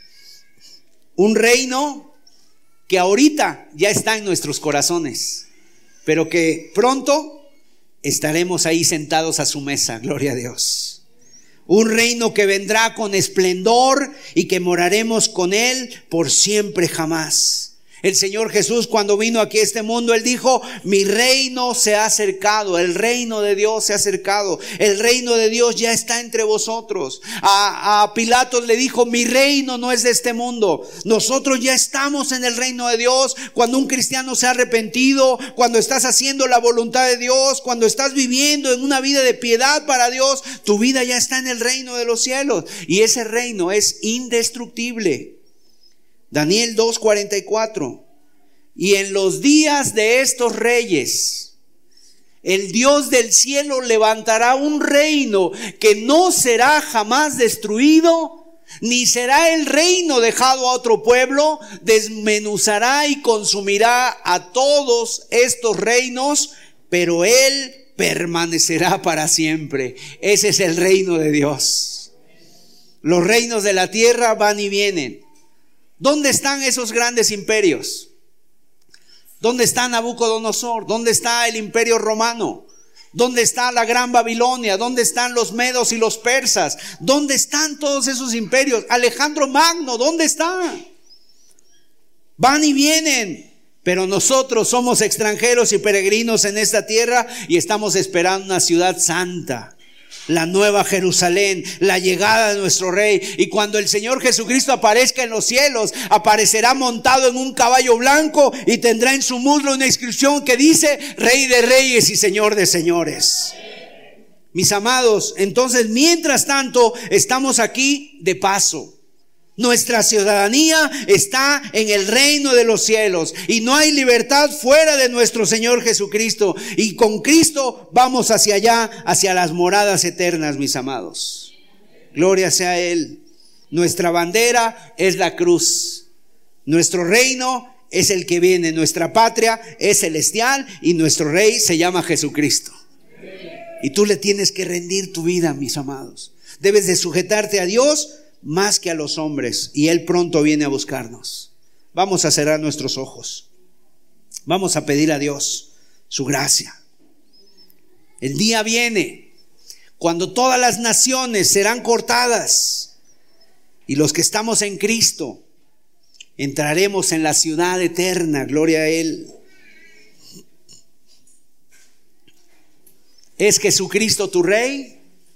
Un reino que ahorita ya está en nuestros corazones, pero que pronto estaremos ahí sentados a su mesa, gloria a Dios. Un reino que vendrá con esplendor y que moraremos con Él por siempre jamás. El Señor Jesús, cuando vino aquí a este mundo, Él dijo: mi reino se ha acercado, el reino de Dios se ha acercado, el reino de Dios ya está entre vosotros. A, a Pilatos le dijo: mi reino no es de este mundo. Nosotros ya estamos en el reino de Dios. Cuando un cristiano se ha arrepentido, cuando estás haciendo la voluntad de Dios, cuando estás viviendo en una vida de piedad para Dios, tu vida ya está en el reino de los cielos, y ese reino es indestructible. Daniel dos cuarenta y cuatro. Y en los días de estos reyes, el Dios del cielo levantará un reino que no será jamás destruido, ni será el reino dejado a otro pueblo. Desmenuzará y consumirá a todos estos reinos, pero Él permanecerá para siempre. Ese es el reino de Dios. Los reinos de la tierra van y vienen. ¿Dónde están esos grandes imperios? ¿Dónde está Nabucodonosor? ¿Dónde está el imperio romano? ¿Dónde está la gran Babilonia? ¿Dónde están los medos y los persas? ¿Dónde están todos esos imperios? Alejandro Magno, ¿dónde está? Van y vienen, pero nosotros somos extranjeros y peregrinos en esta tierra y estamos esperando una ciudad santa, la nueva Jerusalén, la llegada de nuestro Rey. Y cuando el Señor Jesucristo aparezca en los cielos, aparecerá montado en un caballo blanco y tendrá en su muslo una inscripción que dice: Rey de Reyes y Señor de Señores. Mis amados, entonces, mientras tanto, estamos aquí de paso. Nuestra ciudadanía está en el reino de los cielos y no hay libertad fuera de nuestro Señor Jesucristo. Y con Cristo vamos hacia allá, hacia las moradas eternas, mis amados. Gloria sea a Él. Nuestra bandera es la cruz. Nuestro reino es el que viene. Nuestra patria es celestial y nuestro Rey se llama Jesucristo. Y tú le tienes que rendir tu vida, mis amados. Debes de sujetarte a Dios más que a los hombres, y Él pronto viene a buscarnos. Vamos a cerrar nuestros ojos. Vamos a pedir a Dios su gracia. El día viene cuando todas las naciones serán cortadas y los que estamos en Cristo entraremos en la ciudad eterna. Gloria a Él. ¿Es Jesucristo tu Rey?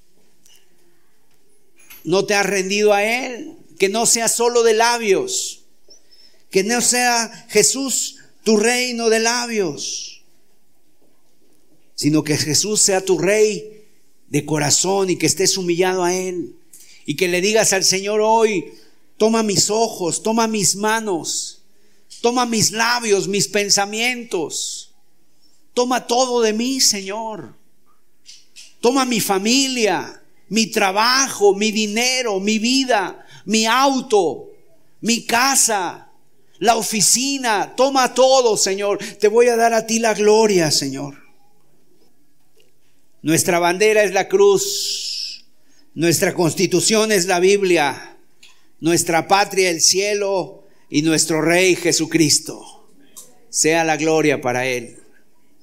¿No te has rendido a Él? Que no sea solo de labios, que no sea Jesús tu reino de labios, sino que Jesús sea tu Rey de corazón y que estés humillado a Él y que le digas al Señor hoy: toma mis ojos, toma mis manos, toma mis labios, mis pensamientos, toma todo de mí, Señor. Toma mi familia, mi trabajo, mi dinero, mi vida, mi auto, mi casa, la oficina. Toma todo, Señor. Te voy a dar a ti la gloria, Señor. Nuestra bandera es la cruz. Nuestra constitución es la Biblia. Nuestra patria el cielo y nuestro Rey Jesucristo. Sea la gloria para Él.